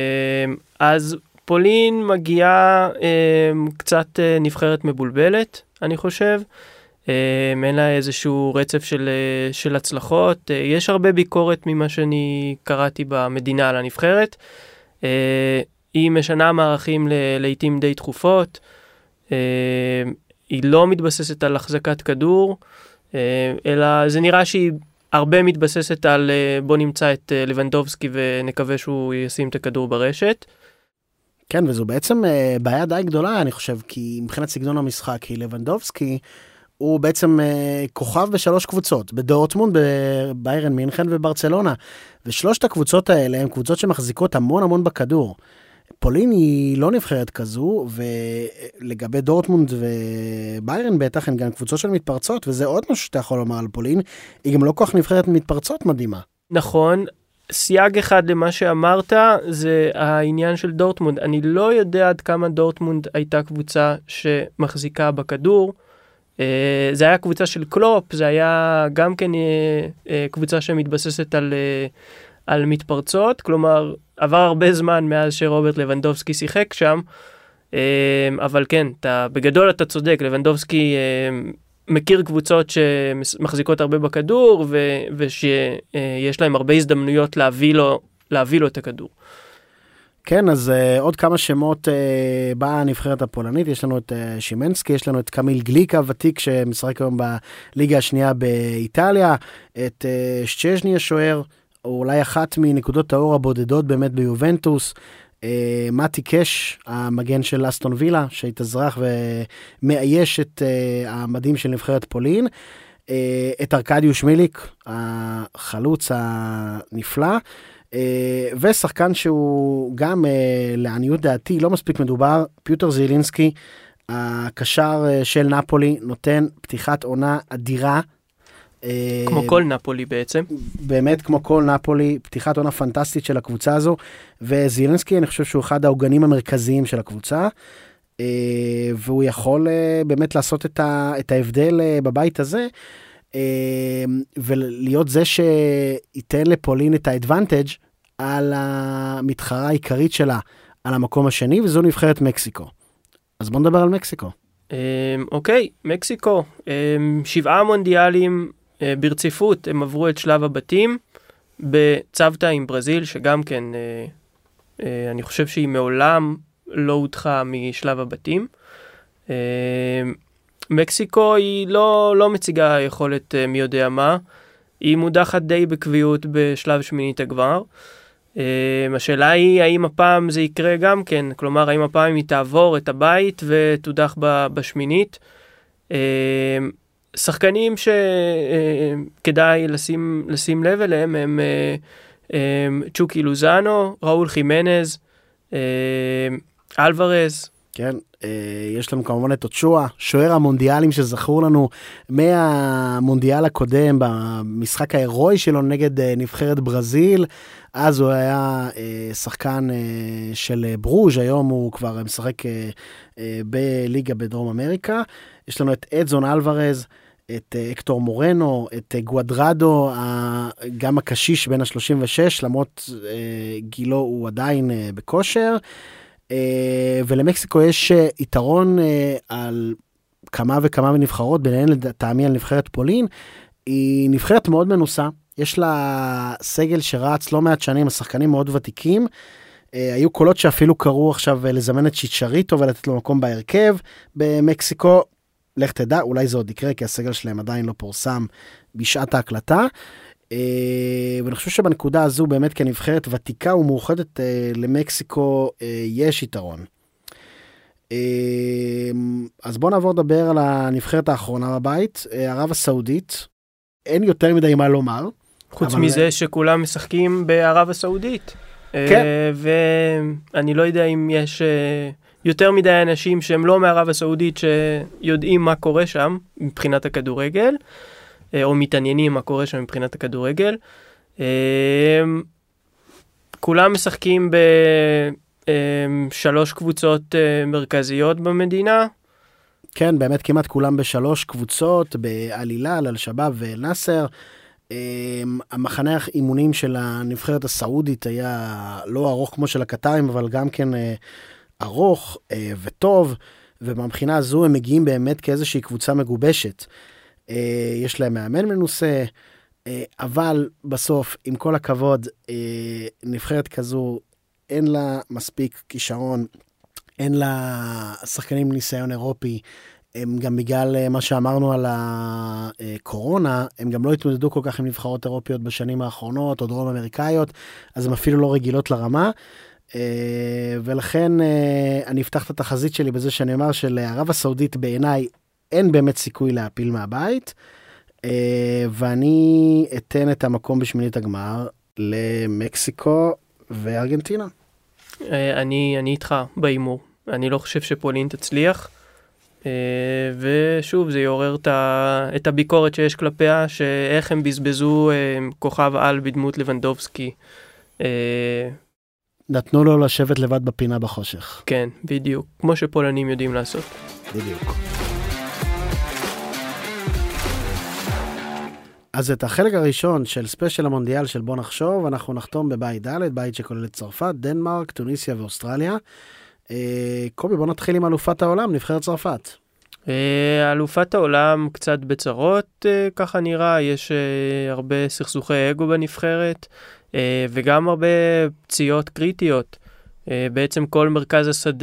אז פולין מגיעה קצת נבחרת מבולבלת, אני חושב. אין לה איזשהו רצף של הצלחות. יש הרבה ביקורת ממה שאני קראתי במדינה על הנבחרת. היא משנה מערכים לעתים די תכופות. היא לא מתבססת על החזקת כדור, אלא זה נראה שהיא הרבה מתבססת על בוא נמצא את לבנדובסקי ונקווה שהוא ישים את הכדור ברשת. כן, וזו בעצם בעיה די גדולה, אני חושב, כי מבחינת סגנון המשחק, כי לבנדובסקי הוא בעצם כוכב בשלוש קבוצות, בדורטמונד, בביירן מינכן וברצלונה. ושלושת הקבוצות האלה הן קבוצות שמחזיקות המון המון בכדור. פולין היא לא נבחרת כזו, ולגבי דורטמונד וביירן בטח הן גם קבוצות של מתפרצות, וזה עוד משהו שאתה יכול לומר על פולין, היא גם לא כל כך נבחרת מתפרצות מדהימה. נכון, סייג אחד למה שאמרת, זה העניין של דורטמונד. אני לא יודע עד כמה דורטמונד הייתה קבוצה שמחזיקה בכדור, זה היה קבוצה של קלופ, זה היה גם כן קבוצה שמתבססת על מתפרצות, כלומר, עבר הרבה זמן מאז שרוברט לבנדובסקי שיחק שם, אבל כן, בגדול אתה צודק, לבנדובסקי מכיר קבוצות שמחזיקות הרבה בכדור, ושיש להם הרבה הזדמנויות להביא לו את הכדור. כן, אז עוד כמה שמות באה הנבחרת הפולנית, יש לנו את שימנסקי, יש לנו את קמיל גליקה, ותיק שמשחק היום בליגה השנייה באיטליה, את שצ'ז'ני השוער, או אולי אחת מנקודות האור הבודדות באמת ביובנטוס, מתי קש, המגן של אסטון וילה, שהתאזרח ומאייש את המדים של נבחרת פולין, את ארקדיוש מיליק, החלוץ הנפלא, ושחקן שהוא גם לעניות דעתי לא מספיק מדובר, פיוטר זילינסקי, הקשר של נפולי, נותן פתיחת עונה אדירה. כמו כל נפולי בעצם. באמת כמו כל נפולי, פתיחת עונה פנטסטית של הקבוצה הזו, וזילינסקי אני חושב שהוא אחד העוגנים המרכזיים של הקבוצה, והוא יכול באמת לעשות את ההבדל בבית הזה, ולהיות זה שייתן לפולין את האדוונטג' על המתחרה העיקרית שלה, על המקום השני, וזו נבחרת מקסיקו. אז בוא נדבר על מקסיקו. אוקיי, מקסיקו, 7 מונדיאלים ברציפות, הם עברו את שלב הבתים, בצוותא עם ברזיל, שגם כן, אני חושב שהיא מעולם לא הודחה משלב הבתים. מקסיקו היא לא מציגה יכולת מי יודע מה, היא מודחת די בקביעות בשלב שמינית הגמר. השאלה היא האם הפעם זה יקרה גם כן, כלומר האם הפעם היא תעבור את הבית ותודח בשמינית. שחקנים שכדאי לשים לב אליהם הם צ'וקי לוזאנו, ראול חימנז, אלוורז. כן, יש לנו כמובן את אוצ'ואה, שוער המונדיאלים שזכור לנו מהמונדיאל הקודם, במשחק ההירואי שלו נגד נבחרת ברזיל, אז הוא היה שחקן של ברוז', היום הוא כבר משחק בליגה בדרום אמריקה. יש לנו את אדזון אלוורז, את אקטור מורנו, את גואדרדו, גם הקשיש בין ה-36, למרות גילו הוא עדיין בכושר. ולמקסיקו יש יתרון על כמה וכמה מנבחרות, ביניהן לטעמי על נבחרת פולין. היא נבחרת מאוד מנוסה, יש לה סגל שרץ לא מעט שנים, השחקנים מאוד ותיקים, היו קולות שאפילו קראו עכשיו לזמן את צ'יצ'ריטו ולתת לו מקום בהרכב במקסיקו, לך תדע, אולי זה עוד יקרה, כי הסגל שלהם עדיין לא פורסם בשעת ההקלטה, ואני חושב שבנקודה הזו באמת כנבחרת ותיקה ומאוחדת למקסיקו יש יתרון. אז בואו נעבור לדבר על הנבחרת האחרונה בבית, ערב הסעודית. אין יותר מדי מה לומר. חוץ מזה שכולם משחקים בערב הסעודית. כן. ואני לא יודע אם יש יותר מדי אנשים שהם לא מערב הסעודית שיודעים מה קורה שם מבחינת הכדורגל. או מתעניינים מה קורה שם מבחינת הכדורגל. כולם משחקים ב3 קבוצות מרכזיות במדינה. כן, באמת כמעט כולם ב3 קבוצות, באל-הילאל, אל-שבאב ואל-נאסר. המחנה האימונים של הנבחרת הסעודית היה לא ארוך כמו של הקטרים, אבל גם כן ארוך וטוב, ובמבחינה הזו הם מגיעים באמת כאיזושהי קבוצה מגובשת. יש להם מאמן מנוסה, אבל בסוף, עם כל הכבוד, נבחרת כזו, אין לה מספיק כישרון, אין לה שחקנים ניסיון אירופי, הם גם בגלל מה שאמרנו על הקורונה, הם גם לא התמודדו כל כך עם נבחרות אירופיות בשנים האחרונות, או דרום אמריקאיות, אז הם אפילו לא רגילות לרמה, ולכן אני אפתח את התחזית שלי בזה שאני אומר שלערב הסעודית בעיניי אין באמת סיכוי להפיל מהבית, ואני אתן את המקום בשמינית הגמר למקסיקו וארגנטינה. אני איתך באימור. אני לא חושב שפולין תצליח, ושוב, זה יעורר את הביקורת שיש כלפיה, שאיך הם בזבזו כוכב על בדמות לבנדובסקי. נתנו לו לשבת לבד בפינה בחושך. כן, בדיוק. כמו שפולנים יודעים לעשות. בדיוק. אז את החלק הראשון של ספיישל המונדיאל של בוא נחשוב, אנחנו נחתום בבית ד', בית שכולל את צרפת, דנמרק, טוניסיה ואוסטרליה. קובי, בוא נתחיל עם אלופת העולם, נבחרת צרפת. אלופת העולם קצת בצרות, ככה נראה, יש הרבה סכסוכי אגו בנבחרת, וגם הרבה פציעות קריטיות. בעצם כל מרכז השדה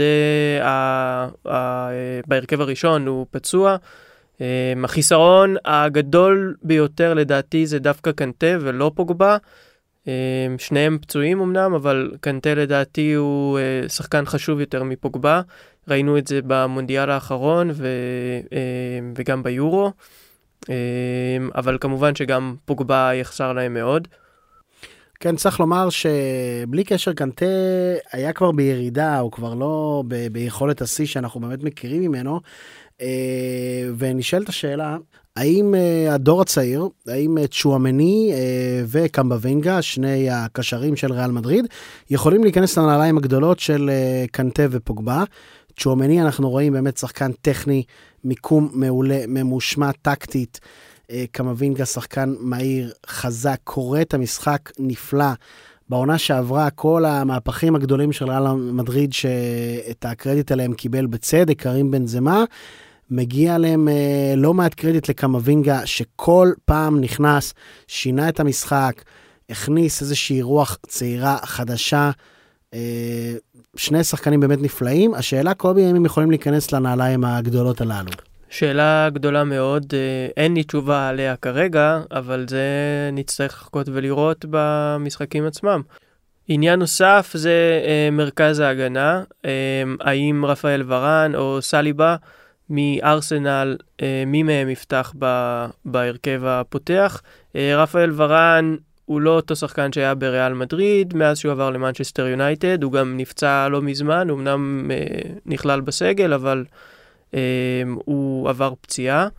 בהרכב הראשון הוא פצוע. החיסרון הגדול ביותר לדעתי זה דווקא קנטה ולא פוגבה. שניהם פצועים אמנם, אבל קנטה לדעתי הוא שחקן חשוב יותר מפוגבה. ראינו את זה במונדיאל האחרון וגם ביורו. אבל כמובן שגם פוגבה יחסר להם מאוד. כן, צריך לומר שבלי קשר קנטה היה כבר בירידה, הוא כבר לא ביכולת השיא שאנחנו באמת מכירים ממנו, ונשאלת השאלה, האם הדור הצעיר, האם צ'ואמני וקמבוונגה, שני הקשרים של ריאל מדריד, יכולים להיכנס לנעליים הגדולות של קנטה ופוגבה? צ'ואמני אנחנו רואים באמת שחקן טכני, מיקום מעולה, ממושמע טקטית, קמבוונגה שחקן מהיר, חזק, קורא את המשחק נפלא. בעונה שעברה כל המהפכים הגדולים של ריאל מדריד שאת הקרדיט עליהם קיבל בצדק, קרים בנזמה, מגיע להם לא מעט קרדיט לקמבוונגה שכל פעם נכנס, שינה את המשחק, הכניס איזושהי רוח צעירה חדשה, שני שחקנים באמת נפלאים. השאלה קובי, האם הם יכולים להיכנס לנעליים הגדולות הללו? שאלה גדולה מאוד, אין לי תשובה עליה כרגע, אבל זה נצטרך לחכות ולראות במשחקים עצמם. עניין נוסף זה מרכז ההגנה, האם רפאל ורן או סליבה מארסנל, מי מהם יפתח בהרכב הפותח. רפאל ורן הוא לא אותו שחקן שהיה בריאל מדריד, מאז שהוא עבר למנצ'סטר יונייטד, הוא גם נפצע לא מזמן, הוא אמנם נכלל בסגל, אבל הוא עבר פציעה.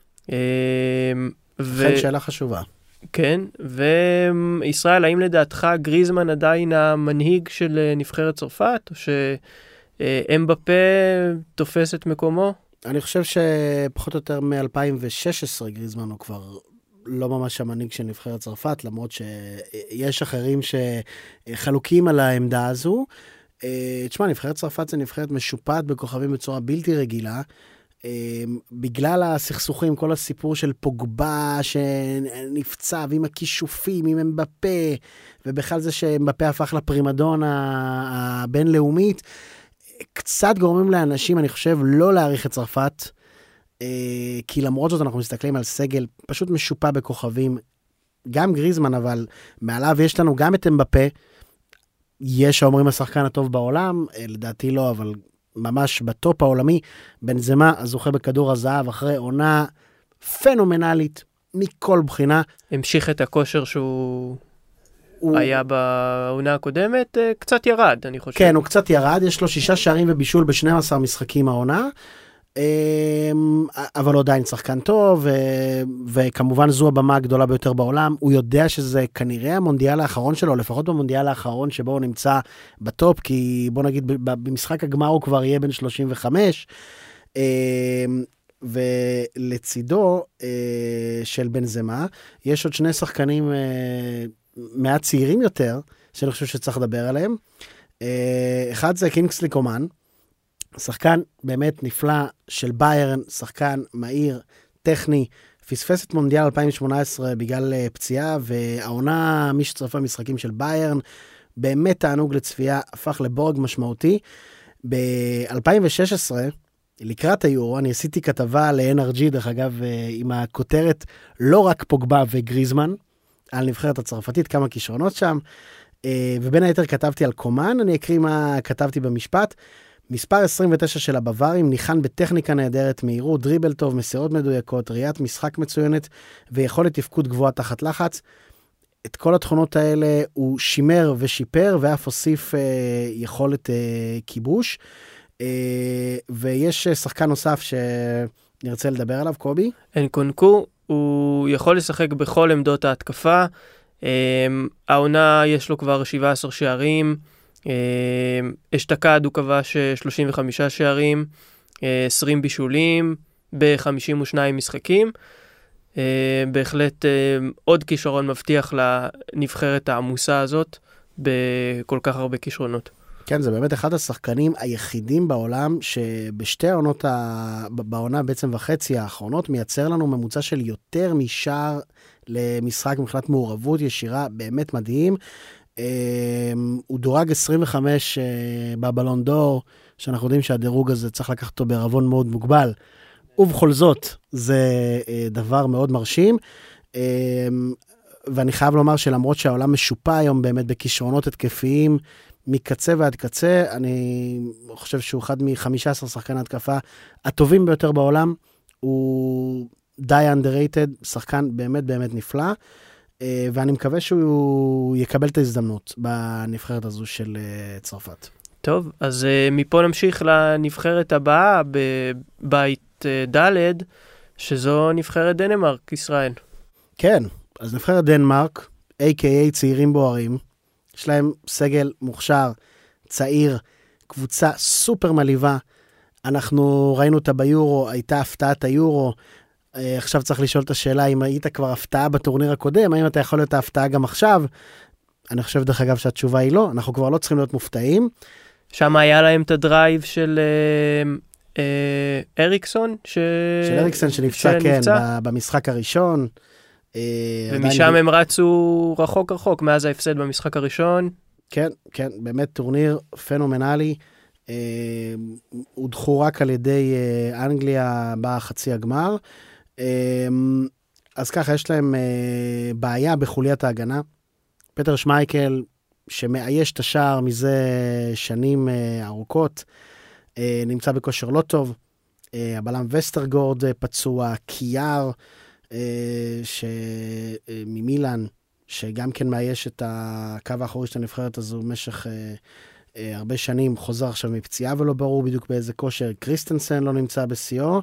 לכן שאלה חשובה. כן, וישראל, האם לדעתך גריזמן עדיין המנהיג של נבחרת צרפת, או שאמבפה תופס את מקומו? אני חושב שפחות או יותר מ-2016 גריזמן הוא כבר לא ממש המנהיג של נבחרת צרפת, למרות שיש אחרים שחלוקים על העמדה הזו. תשמע, נבחרת צרפת זה נבחרת משופעת בכוכבים בצורה בלתי רגילה, בגלל הסכסוכים, כל הסיפור של פוגבה שנפצע, ועם הכישופים, עם אמבפה, ובכלל זה שאמבפה הפך לפרימדון הבינלאומית, קצת גורמים לאנשים, אני חושב, לא להעריך את צרפת, כי למרות זאת אנחנו מסתכלים על סגל פשוט משופע בכוכבים, גם גריזמן, אבל מעליו יש לנו גם את אמבפה, יש האומרים השחקן הטוב בעולם, לדעתי לא, אבל ממש בטופ העולמי, בנזמה הזוכה בכדור הזהב אחרי עונה פנומנלית מכל בחינה. המשיך את הכושר שהוא היה בעונה הקודמת, קצת ירד, אני חושב. כן, הוא קצת ירד, יש לו 6 שערים ובישול ב-12 משחקים העונה, אבל הוא עדיין שחקן טוב, וכמובן זו הבמה הגדולה ביותר בעולם. הוא יודע שזה כנראה המונדיאל האחרון שלו, לפחות במונדיאל האחרון שבו הוא נמצא בטופ, כי בוא נגיד במשחק הגמר הוא כבר יהיה בן 35, ולצידו של בנזמה יש עוד 2 שחקנים מעט צעירים יותר, שאני חושב שצריך לדבר עליהם. אחד זה קינגסלי קומן, שחקן באמת נפלא של ביירן, שחקן מהיר, טכני, פספס את מונדיאל 2018 בגלל פציעה, והעונה, מי שצרפה משחקים של ביירן, באמת תענוג לצפייה, הפך לבורג משמעותי. ב-2016, לקראת היורו, אני עשיתי כתבה ל-NRG, דרך אגב, עם הכותרת לא רק פוגבה וגריזמן, על נבחרת הצרפתית, כמה כישרונות שם, ובין היתר כתבתי על קומן, אני אקריא מה כתבתי במשפט. מספר 29 של הבווארים ניחן בטכניקה נהדרת, מהירות, דריבל טוב, מסירות מדויקות, ראיית משחק מצוינת, ויכולת תפקוד גבוהה תחת לחץ. את כל התכונות האלה הוא שימר ושיפר, ואף הוסיף יכולת כיבוש. ויש שחקן נוסף שנרצה לדבר עליו, קובי. אנקונקו, הוא יכול לשחק בכל עמדות ההתקפה. העונה יש לו כבר 17 שערים. אשתקד הוא כבש 35 שערים, 20 בישולים, ב-52 משחקים. בהחלט עוד כישרון מבטיח לנבחרת העמוסה הזאת בכל כך הרבה כישרונות. כן, זה באמת אחד השחקנים היחידים בעולם שבשתי העונות, בעונה בעצם וחצי האחרונות, מייצר לנו ממוצע של יותר משער למשחק מבחינת מעורבות ישירה, באמת מדהים. הוא דורג 25 בבלון דור, שאנחנו יודעים שהדירוג הזה צריך לקחת אותו בערבון מאוד מוגבל, ובכל זאת זה דבר מאוד מרשים, ואני חייב לומר שלמרות שהעולם משופע היום באמת בכישרונות התקפיים, מקצה ועד קצה, אני חושב שהוא אחד מ-15 שחקני התקפה הטובים ביותר בעולם, הוא די underrated, שחקן באמת באמת נפלא, ואני מקווה שהוא יקבל את ההזדמנות בנבחרת הזו של צרפת. טוב, אז מפה נמשיך לנבחרת הבאה בבית ד', שזו נבחרת דנמרק, ישראל. כן, אז נבחרת דנמרק, a.k.a. צעירים בוערים, יש להם סגל מוכשר, צעיר, קבוצה סופר מליבה. אנחנו ראינו אותה ביורו, הייתה הפתעת היורו, עכשיו צריך לשאול את השאלה, אם היית כבר הפתעה בטורניר הקודם, האם אתה יכול להיות ההפתעה גם עכשיו? אני חושב דרך אגב שהתשובה היא לא, אנחנו כבר לא צריכים להיות מופתעים. שם היה להם את הדרייב של אריקסון, של אריקסון שנפצע, כן, במשחק הראשון. ומשם הם רצו רחוק רחוק, מאז ההפסד במשחק הראשון. כן, כן, באמת טורניר פנומנלי. הודחו רק על ידי אנגליה בחצי הגמר. אז ככה, יש להם בעיה בחוליית ההגנה. פטר שמייקל, שמאייש את השער מזה שנים ארוכות, נמצא בכושר לא טוב. הבלם וסטרגורד פצוע, קייר, ממילן, שגם כן מאייש את הקו האחורי של הנבחרת הזו במשך הרבה שנים, חוזר עכשיו מפציעה ולא ברור בדיוק באיזה כושר. קריסטנסן לא נמצא בשיאו.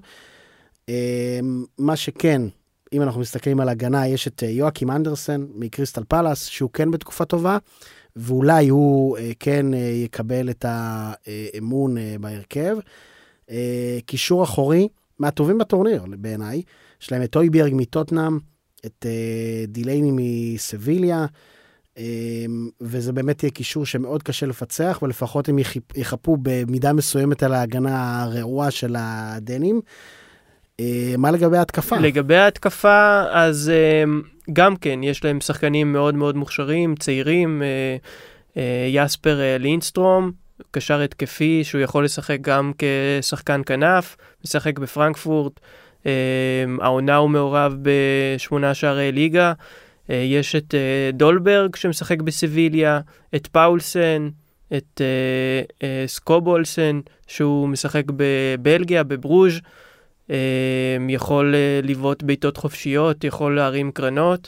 מה שכן, אם אנחנו מסתכלים על הגנה, יש את יואקים אנדרסן מקריסטל פלאס, שהוא כן בתקופה טובה, ואולי הוא כן יקבל את האמון בהרכב. קישור אחורי, מהטובים בטורניר בעיניי, יש להם את טויברג מטוטנאם, את דילייני מסביליה, וזה באמת יהיה קישור שמאוד קשה לפצח, ולפחות הם יחפו במידה מסוימת על ההגנה הרעועה של הדנים. מה לגבי ההתקפה? לגבי ההתקפה, אז גם כן, יש להם שחקנים מאוד מאוד מוכשרים, צעירים, יספר לינסטרום, קשר התקפי, שהוא יכול לשחק גם כשחקן כנף, משחק בפרנקפורט, העונה הוא מעורב ב8 שערי ליגה, יש את דולברג שמשחק בסביליה, את פאולסן, את סקובולסן, שהוא משחק בבלגיה, בברוז', יכול לבעוט בעיטות חופשיות, יכול להרים קרנות.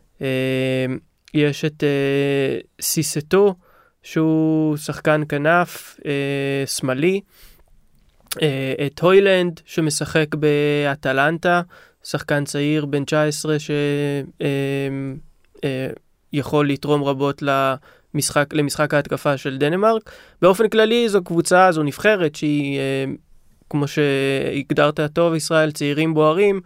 יש את סיסטו, שהוא שחקן כנף, שמאלי. את הוילנד, שמשחק באטלנטה, שחקן צעיר בן 19, שיכול לתרום רבות למשחק ההתקפה של דנמרק. באופן כללי, זו קבוצה, זו נבחרת שהיא, כמו שהגדרת טוב, ישראל, צעירים בוערים,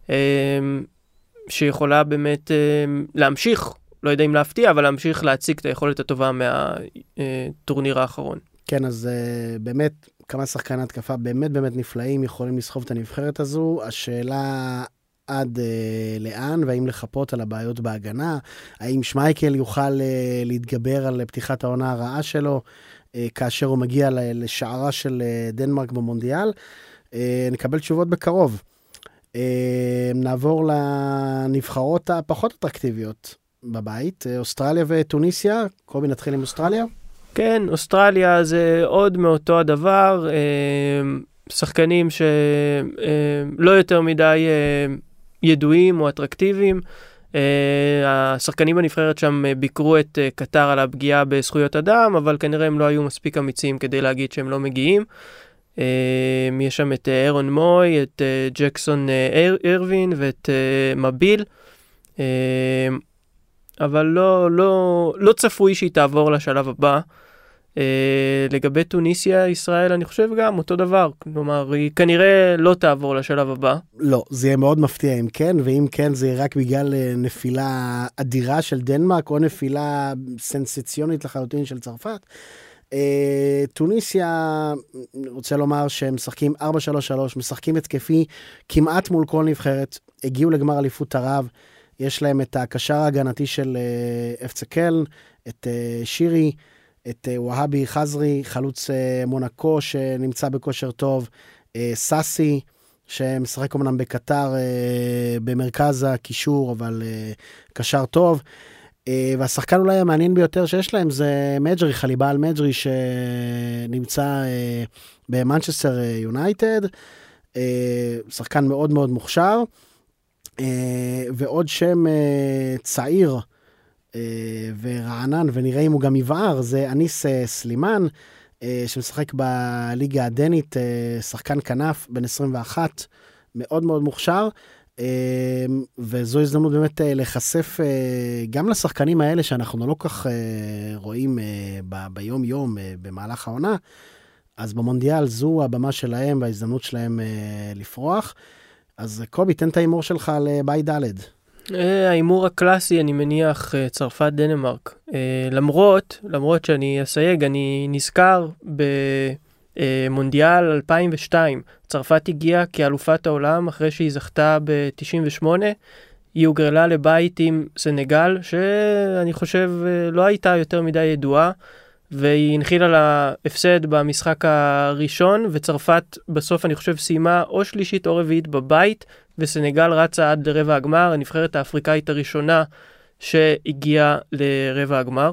שיכולה באמת להמשיך, לא יודע אם להפתיע, אבל להמשיך להציג את היכולת הטובה מהטורניר האחרון. כן, אז באמת, כמה שחקני התקפה באמת באמת נפלאים, יכולים לסחוב את הנבחרת הזו. השאלה עד לאן, והאם לחפות על הבעיות בהגנה, האם שמייקל יוכל להתגבר על פתיחת העונה הרעה שלו, כאשר הוא מגיע לשערה של דנמרק במונדיאל. נקבל תשובות בקרוב. נעבור לנבחרות הפחות אטרקטיביות בבית, אוסטרליה וטוניסיה. קובי, נתחיל עם אוסטרליה? כן, אוסטרליה זה עוד מאותו הדבר, שחקנים שלא יותר מדי ידועים או אטרקטיביים. השחקנים בנבחרת שם ביקרו את קטר על הפגיעה בזכויות אדם, אבל כנראה הם לא היו מספיק אמיצים כדי להגיד שהם לא מגיעים. יש שם את אירון מוי, את ג'קסון אירווין ואת מביל, אבל לא צפוי שהיא תעבור לשלב הבא. לגבי טוניסיה, ישראל, אני חושב גם אותו דבר. כלומר, היא כנראה לא תעבור לשלב הבא. לא, זה יהיה מאוד מפתיע אם כן, ואם כן זה יהיה רק בגלל נפילה אדירה של דנמרק, או נפילה סנסציונית לחלוטין של צרפת. טוניסיה, רוצה לומר שהם משחקים 4-3-3, משחקים התקפי כמעט מול כל נבחרת, הגיעו לגמר אליפות ערב, יש להם את הקשר ההגנתי של אפצה קלן, את שירי, את והאבי חזרי, חלוץ מונקו שנמצא בכושר טוב, סאסי, שמשחק אמנם בקטר במרכז הקישור, אבל קשר טוב. והשחקן אולי המעניין ביותר שיש להם זה מג'רי, חליבה על מג'רי, שנמצא במנצ'סטר יונייטד, שחקן מאוד מאוד מוכשר, ועוד שם צעיר ורענן, ונראה אם הוא גם יבער, זה אניס סלימן, שמשחק בליגה הדנית, שחקן כנף, בן 21, מאוד מאוד מוכשר, וזו הזדמנות באמת לחשף גם לשחקנים האלה שאנחנו לא כך רואים ביום יום במהלך העונה, אז במונדיאל זו הבמה שלהם וההזדמנות שלהם לפרוח. אז קובי, תן את האימור שלך לבית ד'. האימור הקלאסי, אני מניח, צרפת דנמרק. למרות שאני אסייג, אני נזכר במונדיאל 2002. צרפת הגיעה כאלופת העולם אחרי שהיא זכתה ב-98. היא הוגרלה לבית עם סנגל, שאני חושב לא הייתה יותר מדי ידועה, והיא הנחילה לה הפסד במשחק הראשון, וצרפת בסוף אני חושב סיימה או שלישית או רביעית בבית, וסנגל רצה עד לרבע הגמר, הנבחרת האפריקאית הראשונה שהגיעה לרבע הגמר.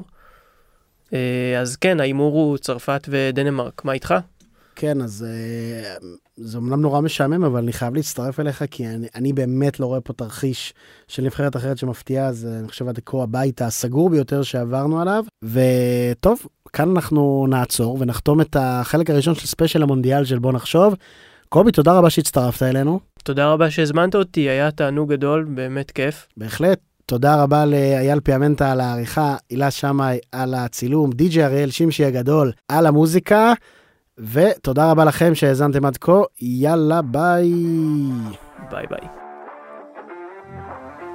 אז כן, האימור הוא צרפת ודנמרק. מה איתך? כן, אז זה אמנם נורא משעמם, אבל אני חייב להצטרף אליך, כי אני באמת לא רואה פה תרחיש של נבחרת אחרת שמפתיעה, אז אני חושב עד הבית הסגור ביותר שעברנו עליו. וטוב, כאן אנחנו נעצור ונחתום את החלק הראשון של ספיישל המונדיאל של בוא נחשוב. קובי, תודה רבה שהצטרפת אלינו. תודה רבה שהזמנת אותי, היה תענוג גדול, באמת כיף. בהחלט. תודה רבה לאייל פיאמנטה על העריכה, הילה שמאי על הצילום, די.ג'יי אריאל שמשי הגדול על המוזיקה, ותודה רבה לכם שהאזנתם עד כה. יאללה, ביי. ביי ביי.